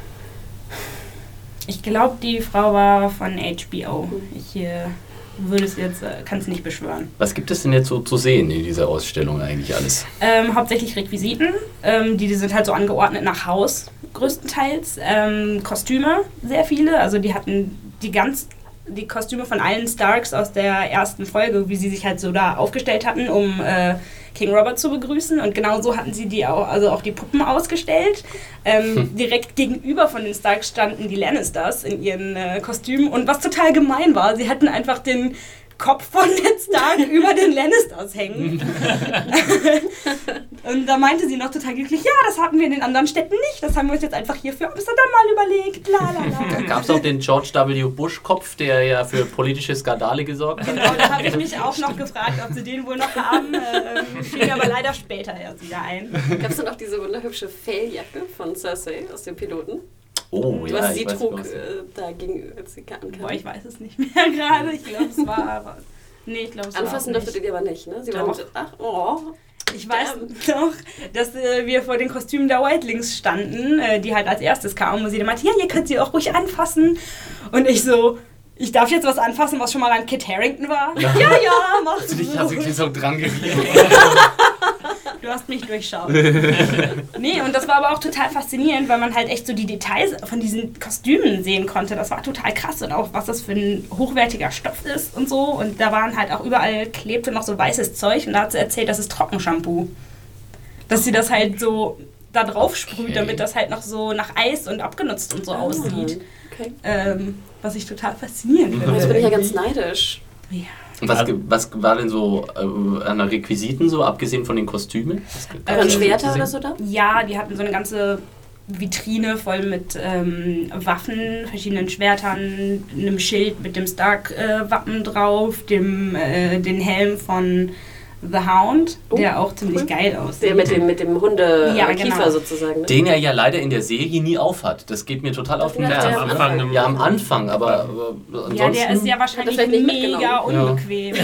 Ich glaube, die Frau war von HBO. Ich würde es jetzt, kann es nicht beschwören. Was gibt es denn jetzt so zu sehen in dieser Ausstellung eigentlich alles? Hauptsächlich Requisiten. Die sind halt so angeordnet nach Haus, größtenteils. Kostüme, sehr viele. Also die hatten die Kostüme von allen Starks aus der ersten Folge, wie sie sich halt so da aufgestellt hatten, um King Robert zu begrüßen. Und genau so hatten sie die auch, also auch die Puppen ausgestellt. Direkt gegenüber von den Starks standen die Lannisters in ihren Kostümen. Und was total gemein war, sie hatten einfach den Kopf von Ned Stark über den Lannisters hängen. Und da meinte sie noch total glücklich, ja, das hatten wir in den anderen Städten nicht. Das haben wir uns jetzt einfach hier für Amsterdam mal überlegt. Da gab es auch den George W. Bush-Kopf, der ja für politische Skandale gesorgt hat. Genau, da habe ich mich auch noch gefragt, ob sie den wohl noch haben. Fiel aber leider später erst wieder ein. Gab es dann auch diese wunderhübsche Felljacke von Cersei aus dem Piloten? Oh, ja, was sie ich weiß, trug was. Da gegenüber, als sie ankam. Boah, ich weiß es nicht mehr gerade. Ich glaube, es war... Nee, ich glaube, es war Anfassen durftet ihr die aber nicht, ne? Sie Doch. waren ach, oh. Ich weiß noch, dass wir vor den Kostümen der Whitelings standen, die halt als erstes kamen. Und sie dann meinte, ja, ihr könnt sie auch ruhig anfassen. Und ich so... Ich darf jetzt was anfassen, was schon mal an Kit Harington war? Ja, mach du. Ich habe mich so dran gerieben. Du hast mich durchschaut. Nee, und das war aber auch total faszinierend, weil man halt echt so die Details von diesen Kostümen sehen konnte. Das war total krass und auch, was das für ein hochwertiger Stoff ist und so. Und da waren halt auch überall, klebte noch so weißes Zeug und da hat sie erzählt, das ist Trockenshampoo. Dass sie das halt so da drauf sprüht, damit das halt noch so nach Eis und abgenutzt und so aussieht. Okay. Was ich total faszinierend finde. Jetzt bin ich ja ganz neidisch. Ja. Und was war denn so an der Requisiten so, abgesehen von den Kostümen? Waren Schwerter oder so da? Ja, die hatten so eine ganze Vitrine voll mit Waffen, verschiedenen Schwertern, einem Schild mit dem Stark-Wappen drauf, den Helm von The Hound, der auch ziemlich geil aussieht. Der mit dem Hunde-Kiefer Ja, genau. sozusagen. Ne? Den er ja leider in der Serie nie aufhat. Das geht mir total auf den Ja, Nerv. am Anfang. Ja, am Anfang, aber ansonsten... Ja, der ist ja wahrscheinlich Hat er vielleicht mega mitgenommen? unbequem.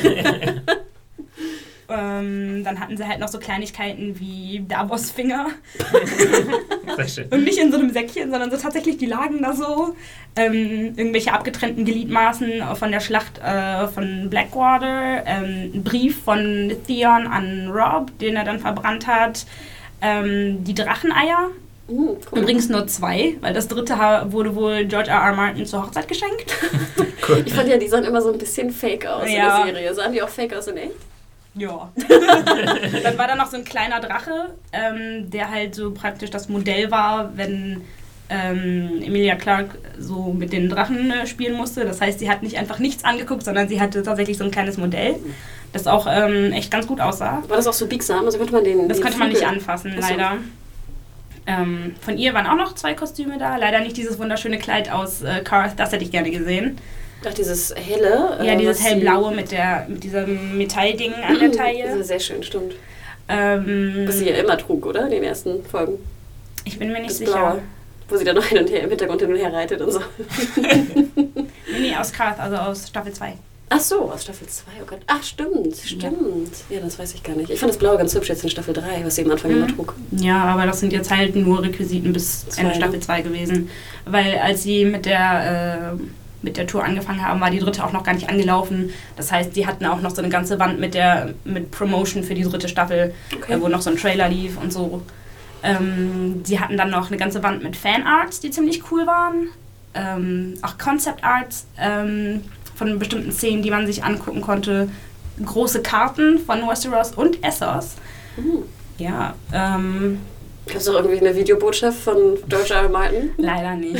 Dann hatten sie halt noch so Kleinigkeiten wie Davos Finger. Sehr schön. Und nicht in so einem Säckchen, sondern so tatsächlich, die lagen da so. Irgendwelche abgetrennten Gliedmaßen von der Schlacht von Blackwater. Ein Brief von Theon an Robb, den er dann verbrannt hat. Die Dracheneier. Cool. Übrigens nur 2, weil das 3. wurde wohl George R.R. Martin zur Hochzeit geschenkt. Ich fand ja, die sahen immer so ein bisschen fake aus Ja. in der Serie. Sahen die auch fake aus in echt? Ja. Dann war da noch so ein kleiner Drache, der halt so praktisch das Modell war, wenn Emilia Clarke so mit den Drachen spielen musste. Das heißt, sie hat nicht einfach nichts angeguckt, sondern sie hatte tatsächlich so ein kleines Modell, das auch echt ganz gut aussah. War das auch so biegsam? Also konnte man den Das konnte man Flügel- nicht anfassen, Ach so. leider. Von ihr waren auch noch 2 Kostüme da. Leider nicht dieses wunderschöne Kleid aus Karth, das hätte ich gerne gesehen. Ach, dieses helle. Ja, dieses was sie- hellblaue mit diesem Metallding an der Das Taille. ist sehr schön, stimmt. Was sie ja immer trug, oder? In den ersten Folgen. Ich bin mir nicht Das sicher. Blaue. Wo sie dann noch hin und her im Hintergrund hin und her reitet und so. Nee, aus Karth, also aus Staffel 2. Ach so, aus Staffel 2, oh Gott. Ach, stimmt. Ja, das weiß ich gar nicht. Ich fand das Blaue ganz hübsch jetzt in Staffel 3, was sie am Anfang immer trug. Ja, aber das sind jetzt halt nur Requisiten bis Zwei, Ende ne? Staffel 2 gewesen. Weil als sie mit der Tour angefangen haben, war die 3. auch noch gar nicht angelaufen. Das heißt, die hatten auch noch so eine ganze Wand mit Promotion für die 3. Staffel, Okay. wo noch so ein Trailer lief und so. Sie hatten dann noch eine ganze Wand mit Fanarts, die ziemlich cool waren. Auch Concept Arts von bestimmten Szenen, die man sich angucken konnte. Große Karten von Westeros und Essos. Ja, Gab es auch irgendwie eine Videobotschaft von George R. R. Martin? leider nicht.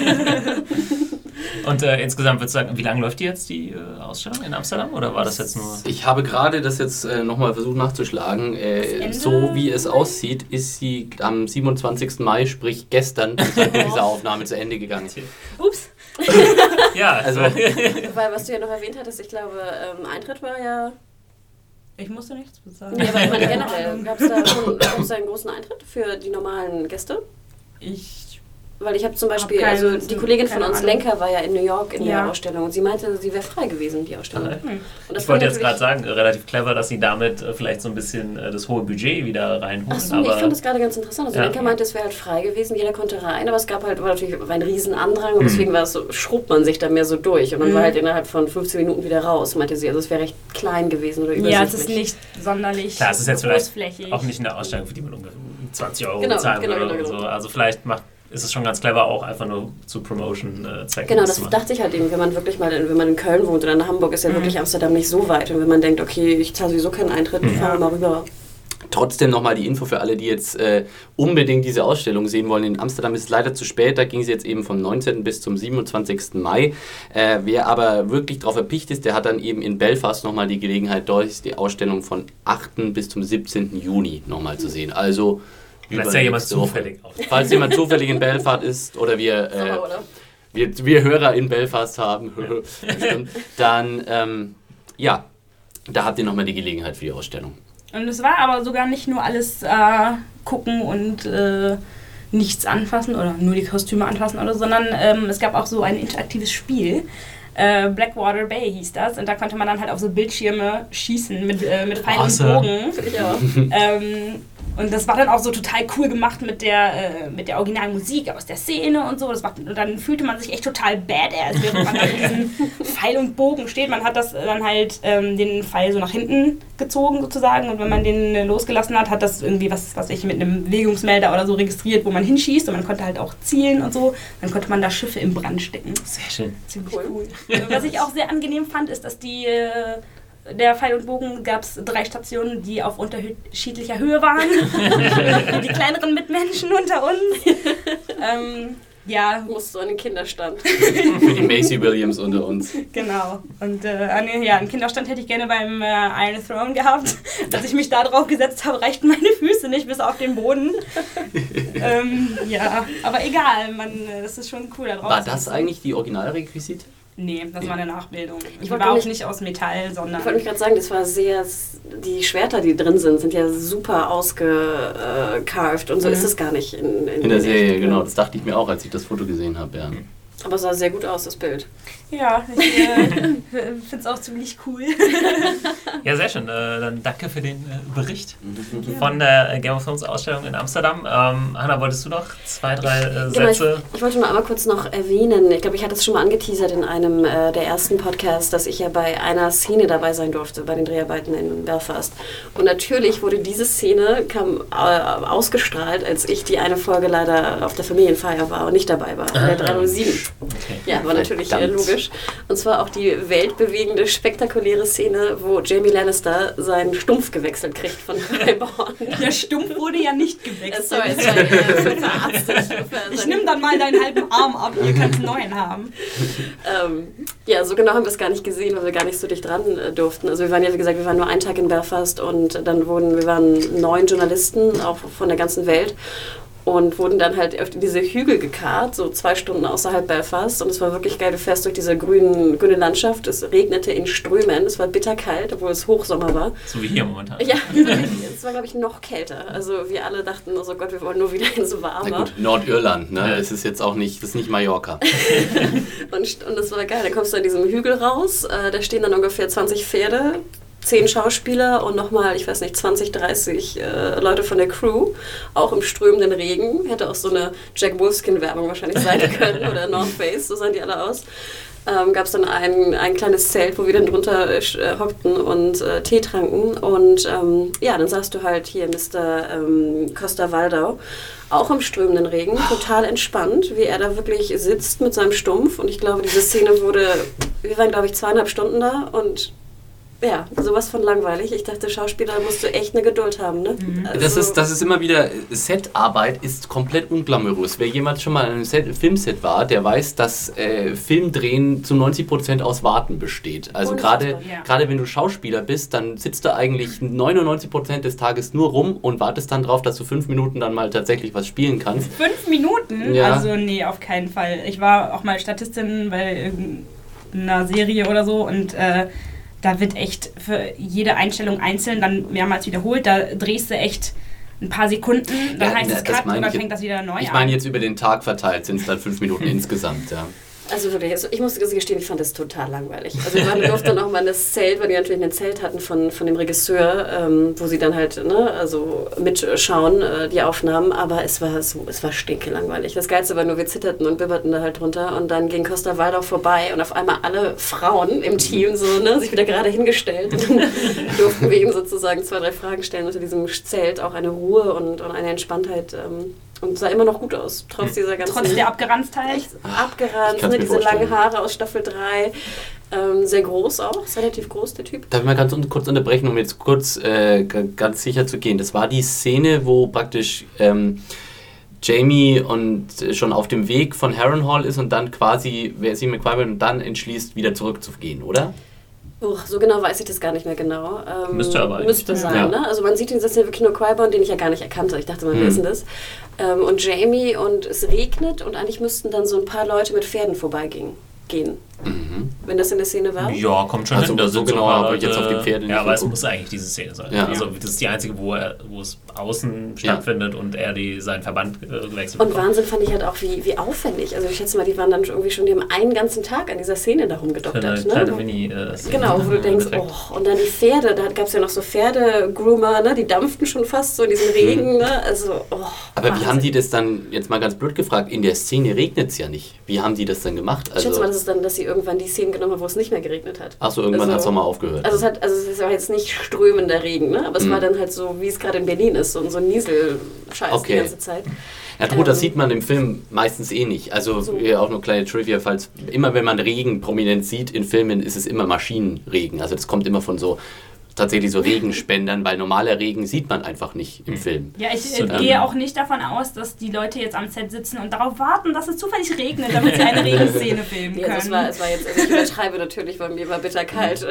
Und insgesamt würdest du sagen, wie lange läuft die jetzt, die Ausstellung in Amsterdam? Oder war das jetzt nur... Ich habe gerade das jetzt nochmal versucht nachzuschlagen. Ende? So wie es aussieht, ist sie am 27. Mai, sprich gestern, zur Zeitpunkt dieser Aufnahme zu Ende gegangen. Ups. Ja, Also, Weil, was du ja noch erwähnt hattest, ich glaube, Eintritt war ja... Ich musste nichts bezahlen. Ja, aber ich meine generell, gab es da einen großen Eintritt für die normalen Gäste? Ich Weil ich habe zum Beispiel, die Kollegin von uns, Lenker, war ja in New York in der Ausstellung und sie meinte, sie wäre frei gewesen, die Ausstellung. Und das ich wollte jetzt gerade sagen, relativ clever, dass sie damit vielleicht so ein bisschen das hohe Budget wieder reinholen. Achso, ich fand das gerade ganz interessant. Also Lenker meinte, es wäre halt frei gewesen, jeder konnte rein, aber es gab halt natürlich ein riesen Andrang und deswegen war es so, schrubbt man sich da mehr so durch und dann war halt innerhalb von 15 Minuten wieder raus, meinte sie. Also es wäre recht klein gewesen oder übersichtlich. Ja, es ist nicht sonderlich klar, es ist jetzt vielleicht auch nicht eine Ausstellung, für die man ungefähr 20 Euro bezahlen würde oder so. Also vielleicht ist es schon ganz clever, auch einfach nur zu Promotion-Zwecken. Genau, das dachte ich halt eben, wenn man wirklich mal, wenn man in Köln wohnt oder in Hamburg, ist ja wirklich Amsterdam nicht so weit. Und wenn man denkt, okay, ich zahle sowieso keinen Eintritt, fahren wir mal rüber. Trotzdem nochmal die Info für alle, die jetzt unbedingt diese Ausstellung sehen wollen. In Amsterdam ist es leider zu spät, da ging sie jetzt eben vom 19. bis zum 27. Mai. Wer aber wirklich drauf erpicht ist, der hat dann eben in Belfast nochmal die Gelegenheit, dort ist die Ausstellung von 8. bis zum 17. Juni nochmal zu sehen. Also falls ja jemand zufällig aus. Falls jemand zufällig in Belfast ist oder wir Hörer in Belfast haben, dann da habt ihr nochmal die Gelegenheit für die Ausstellung. Und es war aber sogar nicht nur alles gucken und nichts anfassen oder nur die Kostüme anfassen oder so, sondern es gab auch so ein interaktives Spiel. Blackwater Bay hieß das und da konnte man dann halt auf so Bildschirme schießen mit Pfeil und Bogen. Und das war dann auch so total cool gemacht mit der originalen Musik aus der Szene und so. Und dann fühlte man sich echt total badass, während man da mit diesem Pfeil und Bogen steht. Man hat das dann halt den Pfeil so nach hinten gezogen sozusagen und wenn man den losgelassen hat, hat das irgendwie was ich mit einem Bewegungsmelder oder so registriert, wo man hinschießt und man konnte halt auch zielen und so. Dann konnte man da Schiffe in Brand stecken. Sehr schön. Ziemlich cool. Was ich auch sehr angenehm fand, ist, dass der Pfeil und Bogen gab es 3 Stationen, die auf unterschiedlicher Höhe waren. Die kleineren Mitmenschen unter uns. Musst du an den Kinderstand. Für die Macy Williams unter uns. Genau. Und einen Kinderstand hätte ich gerne beim Iron Throne gehabt. Als ich mich da drauf gesetzt habe, reichten meine Füße nicht bis auf den Boden. Aber egal, das ist schon cool da drauf. War das eigentlich die Originalrequisite? Nee, das war eine Nachbildung. Ich war auch nicht aus Metall, sondern... Ich wollte mich gerade sagen, das war die Schwerter, die drin sind ja super ausgecarved und so ist es gar nicht in der Serie, genau. Das dachte ich mir auch, als ich das Foto gesehen habe, ja. Aber es sah sehr gut aus, das Bild. Ja, ich finde es auch ziemlich cool. Ja, sehr schön. Dann danke für den Bericht von der Game of Thrones Ausstellung in Amsterdam. Hanna, wolltest du noch 2, 3 Sätze? Ich wollte nur einmal kurz noch erwähnen, ich glaube, ich hatte es schon mal angeteasert in einem der ersten Podcasts, dass ich ja bei einer Szene dabei sein durfte, bei den Dreharbeiten in Belfast. Und natürlich wurde diese Szene ausgestrahlt, als ich die eine Folge leider auf der Familienfeier war und nicht dabei war, der 307. Okay. Ja, war natürlich logisch. Und zwar auch die weltbewegende, spektakuläre Szene, wo Jaime Lannister seinen Stumpf gewechselt kriegt von Highborn. Der Stumpf wurde ja nicht gewechselt. Sorry, verarztet. Ich nehme dann mal deinen halben Arm ab, ihr könnt einen neuen haben. So genau haben wir es gar nicht gesehen, weil wir gar nicht so dicht dran durften. Also wir waren ja, wie gesagt, wir waren nur einen Tag in Belfast und dann wir waren 9 Journalisten, auch von der ganzen Welt. Und wurden dann halt auf diese Hügel gekarrt, so 2 Stunden außerhalb Belfast. Und es war wirklich geil, du fährst durch diese grüne Landschaft. Es regnete in Strömen, es war bitterkalt, obwohl es Hochsommer war. So wie hier momentan. Ja, es war, glaube ich, noch kälter. Also wir alle dachten, oh Gott, wir wollen nur wieder ins Warme. Na gut, Nordirland, ne? Es ist jetzt auch nicht, das ist nicht Mallorca. und das war geil, dann kommst du an diesem Hügel raus, da stehen dann ungefähr 20 Pferde, 10 Schauspieler und nochmal, ich weiß nicht, 20, 30 Leute von der Crew, auch im strömenden Regen. Hätte auch so eine Jack Wolfskin-Werbung wahrscheinlich sein können oder North Face, so sahen die alle aus. Gab es dann ein kleines Zelt, wo wir dann drunter hockten und Tee tranken. Und dann sahst du halt hier Mr. Costa Waldau, auch im strömenden Regen, total entspannt, wie er da wirklich sitzt mit seinem Stumpf. Und ich glaube, diese Szene wir waren, glaube ich, 2,5 Stunden da und ja, sowas von langweilig. Ich dachte, Schauspieler, da musst du echt eine Geduld haben, ne? Also das ist immer wieder, Setarbeit ist komplett unglamourös. Wer jemand schon mal an einem Filmset war, der weiß, dass Filmdrehen zu 90% aus Warten besteht. Also gerade wenn du Schauspieler bist, dann sitzt du eigentlich 99% des Tages nur rum und wartest dann drauf, dass du 5 Minuten dann mal tatsächlich was spielen kannst. 5 Minuten? Ja. Also nee, auf keinen Fall. Ich war auch mal Statistin bei irgendeiner Serie oder so und da wird echt für jede Einstellung einzeln dann mehrmals wiederholt. Da drehst du echt ein paar Sekunden, dann heißt es das Cut meine und dann ich fängt das wieder neu an. Ich meine jetzt über den Tag verteilt sind es dann 5 Minuten insgesamt, ja. Also wirklich, ich muss gestehen, ich fand das total langweilig. Also wir durften dann auch mal in das Zelt, weil die natürlich ein Zelt hatten von dem Regisseur, wo sie dann halt also mitschauen, die Aufnahmen, aber es war stinkelangweilig. Das Geilste war nur, wir zitterten und bibberten da halt drunter und dann ging Costa Waldau vorbei und auf einmal alle Frauen im Team sich wieder gerade hingestellt und dann durften wir ihm sozusagen 2, 3 Fragen stellen unter diesem Zelt, auch eine Ruhe und eine Entspanntheit. Und sah immer noch gut aus, trotz dieser ganzen... Trotz der Abgeranztheit. Abgeranzt, diese langen Haare aus Staffel 3. Sehr groß auch, ist relativ groß, der Typ. Darf ich mal ganz kurz unterbrechen, um jetzt kurz ganz sicher zu gehen. Das war die Szene, wo praktisch Jamie und schon auf dem Weg von Harrenhal ist und dann quasi, wer ist McQuarrie und dann entschließt, wieder zurückzugehen, oder? So genau weiß ich das gar nicht mehr genau. Müsste aber Müsste sein, ja. Ne? Also man sieht den Szene wirklich nur Qui-Gon, den ich ja gar nicht erkannte. Ich dachte mal, wer ist denn das? Und Jamie und es regnet und eigentlich müssten dann so ein paar Leute mit Pferden vorbeigehen. Wenn das in der Szene war? Ja, kommt schon hin. Da so genau aber jetzt auf die Pferde nicht. Ja, aber es muss eigentlich diese Szene sein. Ja. Also das ist die einzige, wo es außen stattfindet und er seinen Verband gewechselt Und Wahnsinn fand ich halt auch, wie aufwendig. Also ich schätze mal, die waren dann irgendwie schon, die haben einen ganzen Tag an dieser Szene da rumgedoktert. Eine kleine Mini-Szene. Genau, wo du denkst, und dann die Pferde, da gab es ja noch so Pferdegroomer, ne? Die dampften schon fast so in diesem Regen. Ne? Also, aber Wahnsinn. wie haben die das dann, jetzt mal ganz blöd gefragt, in der Szene regnet es ja nicht. Wie haben die das dann gemacht? Ich schätze mal, das ist dann, dass sie irgendwann die Szenen genommen haben, wo es nicht mehr geregnet hat. Achso, irgendwann hat es nochmal aufgehört. Also es war jetzt nicht strömender Regen, ne? Aber es war dann halt so, wie es gerade in Berlin ist, so ein Nieselscheiß die ganze Zeit. Ja gut, das sieht man im Film meistens eh nicht. Also auch nur kleine Trivia, falls immer wenn man Regen prominent sieht in Filmen, ist es immer Maschinenregen. Also das kommt immer von so tatsächlich so Regenspendern, weil normaler Regen sieht man einfach nicht im Film. Ja, ich gehe auch nicht davon aus, dass die Leute jetzt am Set sitzen und darauf warten, dass es zufällig regnet, damit sie eine Regenszene filmen können. Ja, es war jetzt, also ich übertreibe natürlich, weil mir war bitterkalt.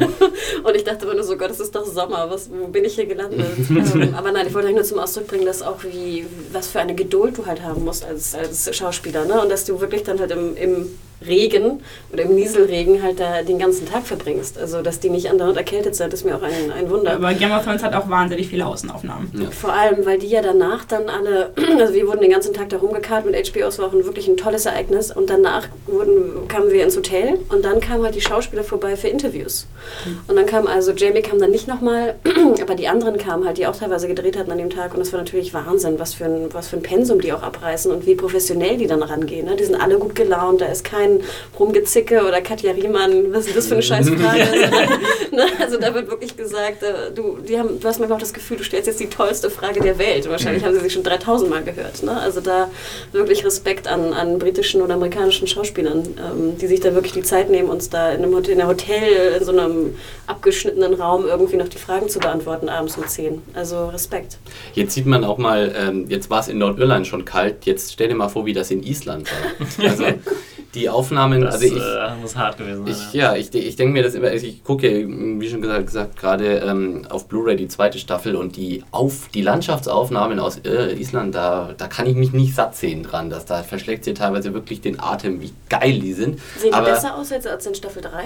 Und ich dachte immer nur so, Gott, es ist doch Sommer, wo bin ich hier gelandet? Aber nein, ich wollte nur zum Ausdruck bringen, dass auch was für eine Geduld du halt haben musst als Schauspieler, ne? Und dass du wirklich dann halt im Regen oder im Nieselregen halt da den ganzen Tag verbringst. Also, dass die nicht andauernd erkältet sind, ist mir auch ein Wunder. Aber Game of Thrones hat auch wahnsinnig viele Außenaufnahmen. Ja. Vor allem, weil die ja danach dann alle, also wir wurden den ganzen Tag da rumgekarrt mit HBO, es war auch wirklich ein tolles Ereignis und danach kamen wir ins Hotel und dann kamen halt die Schauspieler vorbei für Interviews. Und dann Jamie kam dann nicht nochmal, aber die anderen kamen halt, die auch teilweise gedreht hatten an dem Tag und das war natürlich Wahnsinn, was für ein Pensum die auch abreißen und wie professionell die dann rangehen. Ne? Die sind alle gut gelaunt, da ist kein Rumgezicke oder Katja Riemann, was ist das für eine Scheißfrage? Ne? Also da wird wirklich gesagt, du hast manchmal auch das Gefühl, du stellst jetzt die tollste Frage der Welt. Wahrscheinlich haben sie sich schon 3000 Mal gehört. Ne? Also da wirklich Respekt an britischen oder amerikanischen Schauspielern, die sich da wirklich die Zeit nehmen, uns da in einem Hotel, in so einem abgeschnittenen Raum irgendwie noch die Fragen zu beantworten, abends um 10. Also Respekt. Jetzt sieht man auch mal, jetzt war es in Nordirland schon kalt, jetzt stell dir mal vor, wie das in Island war. Also die Aufnahmen, das muss hart gewesen sein. Ich denke mir das immer, ich gucke, wie schon gesagt gerade auf Blu-ray die 2. Staffel und die Landschaftsaufnahmen aus Island, da kann ich mich nicht satt sehen dran, da verschlägt sie teilweise wirklich den Atem, wie geil die sind. Sehen die besser aus als in Staffel 3?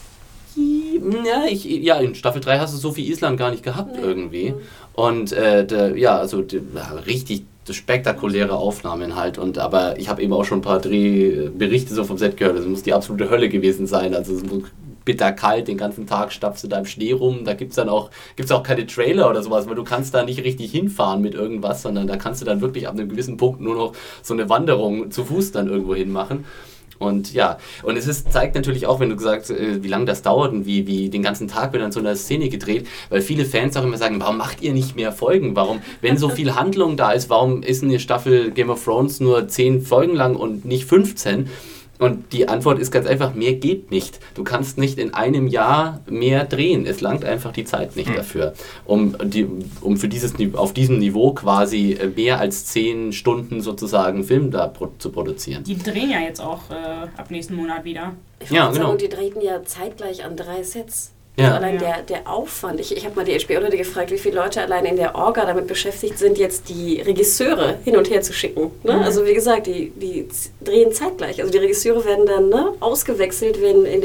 Ja, in Staffel 3 hast du so viel Island gar nicht gehabt irgendwie. Und richtig spektakuläre Aufnahmen halt. Aber ich habe eben auch schon ein paar Berichte so vom Set gehört. Es muss die absolute Hölle gewesen sein. Also es muss bitterkalt, den ganzen Tag stapfst du da im Schnee rum. Da gibt's auch keine Trailer oder sowas, weil du kannst da nicht richtig hinfahren mit irgendwas, sondern da kannst du dann wirklich ab einem gewissen Punkt nur noch so eine Wanderung zu Fuß dann irgendwo hin machen. Und ja, und zeigt natürlich auch, wenn du gesagt hast, wie lange das dauert und wie den ganzen Tag wird an so einer Szene gedreht, weil viele Fans auch immer sagen, warum macht ihr nicht mehr Folgen? Warum, wenn so viel Handlung da ist, warum ist eine Staffel Game of Thrones nur 10 Folgen lang und nicht 15? Und die Antwort ist ganz einfach, mehr geht nicht. Du kannst nicht in einem Jahr mehr drehen. Es langt einfach die Zeit nicht dafür, um auf diesem Niveau quasi mehr als 10 Stunden sozusagen Film da zu produzieren. Die drehen ja jetzt auch ab nächsten Monat wieder. Ja, genau. Und die drehten ja zeitgleich an 3 Sets. Ja. Also allein der Aufwand. Ich habe mal die HBO-Leute gefragt, wie viele Leute allein in der Orga damit beschäftigt sind, jetzt die Regisseure hin und her zu schicken. Ne? Also wie gesagt, die drehen zeitgleich. Also die Regisseure werden dann ausgewechselt,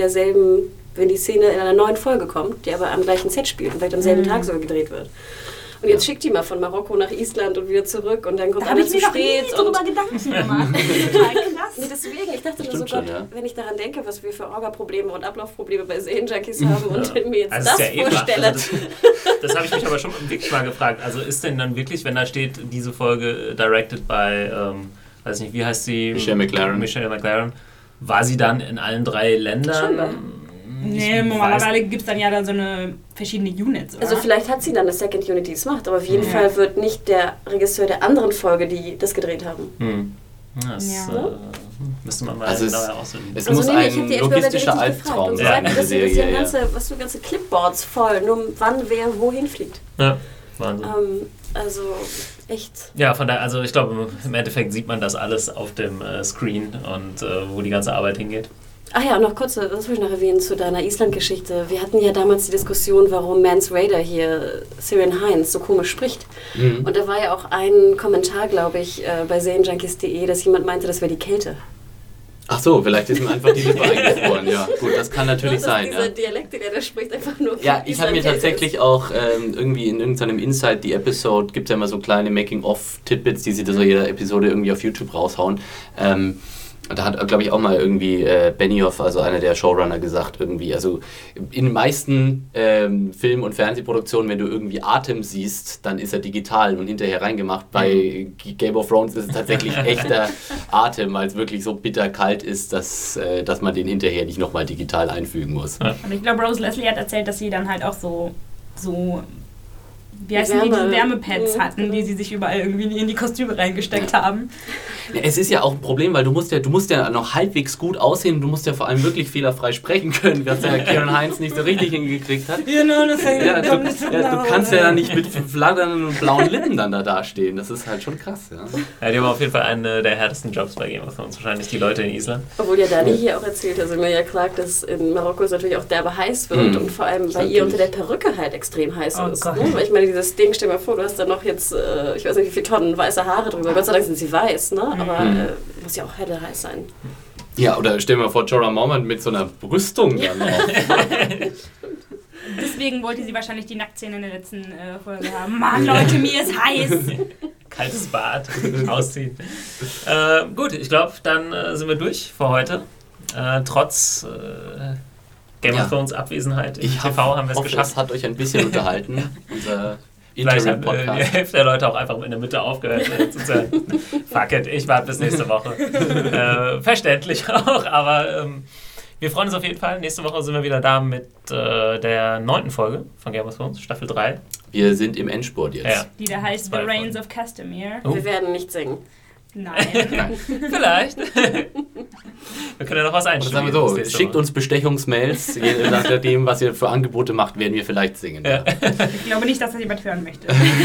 wenn die Szene in einer neuen Folge kommt, die aber am gleichen Set spielt und vielleicht am selben Tag sogar gedreht wird. Und jetzt schickt die mal von Marokko nach Island und wieder zurück und dann kommt Da habe einer ich zu mir noch nie spät. drüber Gedanken gemacht. Total krass. Nee, deswegen, ich dachte nur so, Stimmt schon, Gott, ja. wenn ich daran denke, was wir für Orga-Probleme und Ablaufprobleme bei Serienjunkies haben und mir jetzt Also das ist ja vorstelle. Also das habe ich mich aber schon wirklich mal gefragt. Also ist denn dann wirklich, wenn da steht, diese Folge directed by, weiß nicht, wie heißt sie? Michelle McLaren. War sie dann in allen 3 Ländern? Nee, normalerweise gibt es dann ja da so eine verschiedene Units, oder? Also vielleicht hat sie dann eine Second Unit, die es macht, aber auf jeden Fall wird nicht der Regisseur der anderen Folge, die das gedreht haben. Das müsste man mal Also genauer aussuchen. Es Also muss ich ein hab die logistischer HBO Albtraum und sein, sagen, diese dass hier Serie. ganze Clipboards voll, nur wann wer wohin fliegt. Ja, Wahnsinn. Also echt. Ja, von daher, also ich glaube, im Endeffekt sieht man das alles auf dem Screen und wo die ganze Arbeit hingeht. Ach ja, noch kurz, das wollte ich noch erwähnen zu deiner Island-Geschichte. Wir hatten ja damals die Diskussion, warum Mance Raider hier, Ciarán Hinds, so komisch spricht. Und da war ja auch ein Kommentar, glaube ich, bei serienjunkies.de, dass jemand meinte, das wäre die Kälte. Ach so, vielleicht ist ihm einfach die Lippe eingefroren. Ja, gut, das kann natürlich sein. Dieser Ja. Dialekt, den er da spricht, einfach nur Ja, ich habe mir Island-Kälte tatsächlich auch irgendwie in irgendeinem Inside the Episode, gibt es ja immer so kleine Making-of-Tidbits, die sie da so jeder Episode irgendwie auf YouTube raushauen. Da hat, glaube ich, auch mal irgendwie Benioff, also einer der Showrunner, gesagt, irgendwie, also in den meisten Film- und Fernsehproduktionen, wenn du irgendwie Atem siehst, dann ist er digital und hinterher reingemacht. Bei Game of Thrones ist es tatsächlich echter Atem, weil es wirklich so bitterkalt ist, dass man den hinterher nicht nochmal digital einfügen muss. Und ich glaube, Rose Leslie hat erzählt, dass sie dann halt auch so wie heißen die, Wärme- diese Wärmepads hatten, die sie sich überall irgendwie in die Kostüme reingesteckt haben. Ja, es ist ja auch ein Problem, weil du musst ja noch halbwegs gut aussehen, du musst ja vor allem wirklich fehlerfrei sprechen können, was ja Ciarán Hinds nicht so richtig hingekriegt hat. Genau, das Ja, du kannst ja nicht mit flatternden und blauen Lippen dann da dastehen. Das ist halt schon krass, ja. Ja, die haben auf jeden Fall einen der härtesten Jobs bei Game of Thrones, wahrscheinlich die Leute in Island. Obwohl ja Dani hier auch erzählt, also Emilia Clarke, dass in Marokko es natürlich auch derbe heiß wird und vor allem bei ihr unter der Perücke halt extrem heiß ist. Gott. Ne? Weil ich meine, dieses Ding, stell dir mal vor, du hast da noch jetzt, ich weiß nicht wie viele Tonnen weiße Haare drüber. Gott sei Dank sind sie weiß, ne? Aber muss ja auch helle heiß sein. Ja, oder stell dir mal vor, Jorah Mormont mit so einer Brüstung dann auf. Deswegen wollte sie wahrscheinlich die Nacktszene in der letzten Folge haben. Mann, Leute, mir ist heiß. Kaltes Bad, ausziehen. Gut, ich glaube, dann sind wir durch für heute. Trotz Game of Thrones Abwesenheit im TV haben wir es hoffe, geschafft. das hat euch ein bisschen unterhalten. Unser Vielleicht hat die Interim-Podcast. Hälfte der Leute auch einfach in der Mitte aufgehört zu sagen, fuck it, ich warte bis nächste Woche. Verständlich auch, aber wir freuen uns auf jeden Fall. Nächste Woche sind wir wieder da mit der 9. Folge von Game of Thrones, Staffel 3. Wir sind im Endspurt jetzt. Ja. Die da heißt The 2 Reigns Folgen. of Castamere. Oh. Wir werden nicht singen. Nein. Vielleicht. Wir können ja noch was Und einspielen. sagen wir so, das nächste schickt Mal. uns Bestechungsmails, je nachdem, was ihr für Angebote macht, werden wir vielleicht singen. Ja. Ich glaube nicht, dass das jemand hören möchte.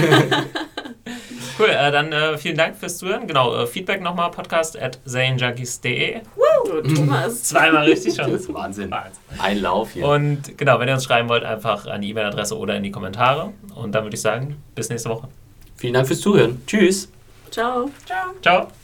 Cool, dann vielen Dank fürs Zuhören. Genau, Feedback nochmal, podcast@serienjunkies.de. Thomas. Zweimal richtig schon. Das ist Wahnsinn. Wahnsinn. Ein Lauf hier. Und genau, wenn ihr uns schreiben wollt, einfach an die E-Mail-Adresse oder in die Kommentare. Und dann würde ich sagen, bis nächste Woche. Vielen Dank fürs Zuhören. Tschüss. Ciao. Ciao. Ciao.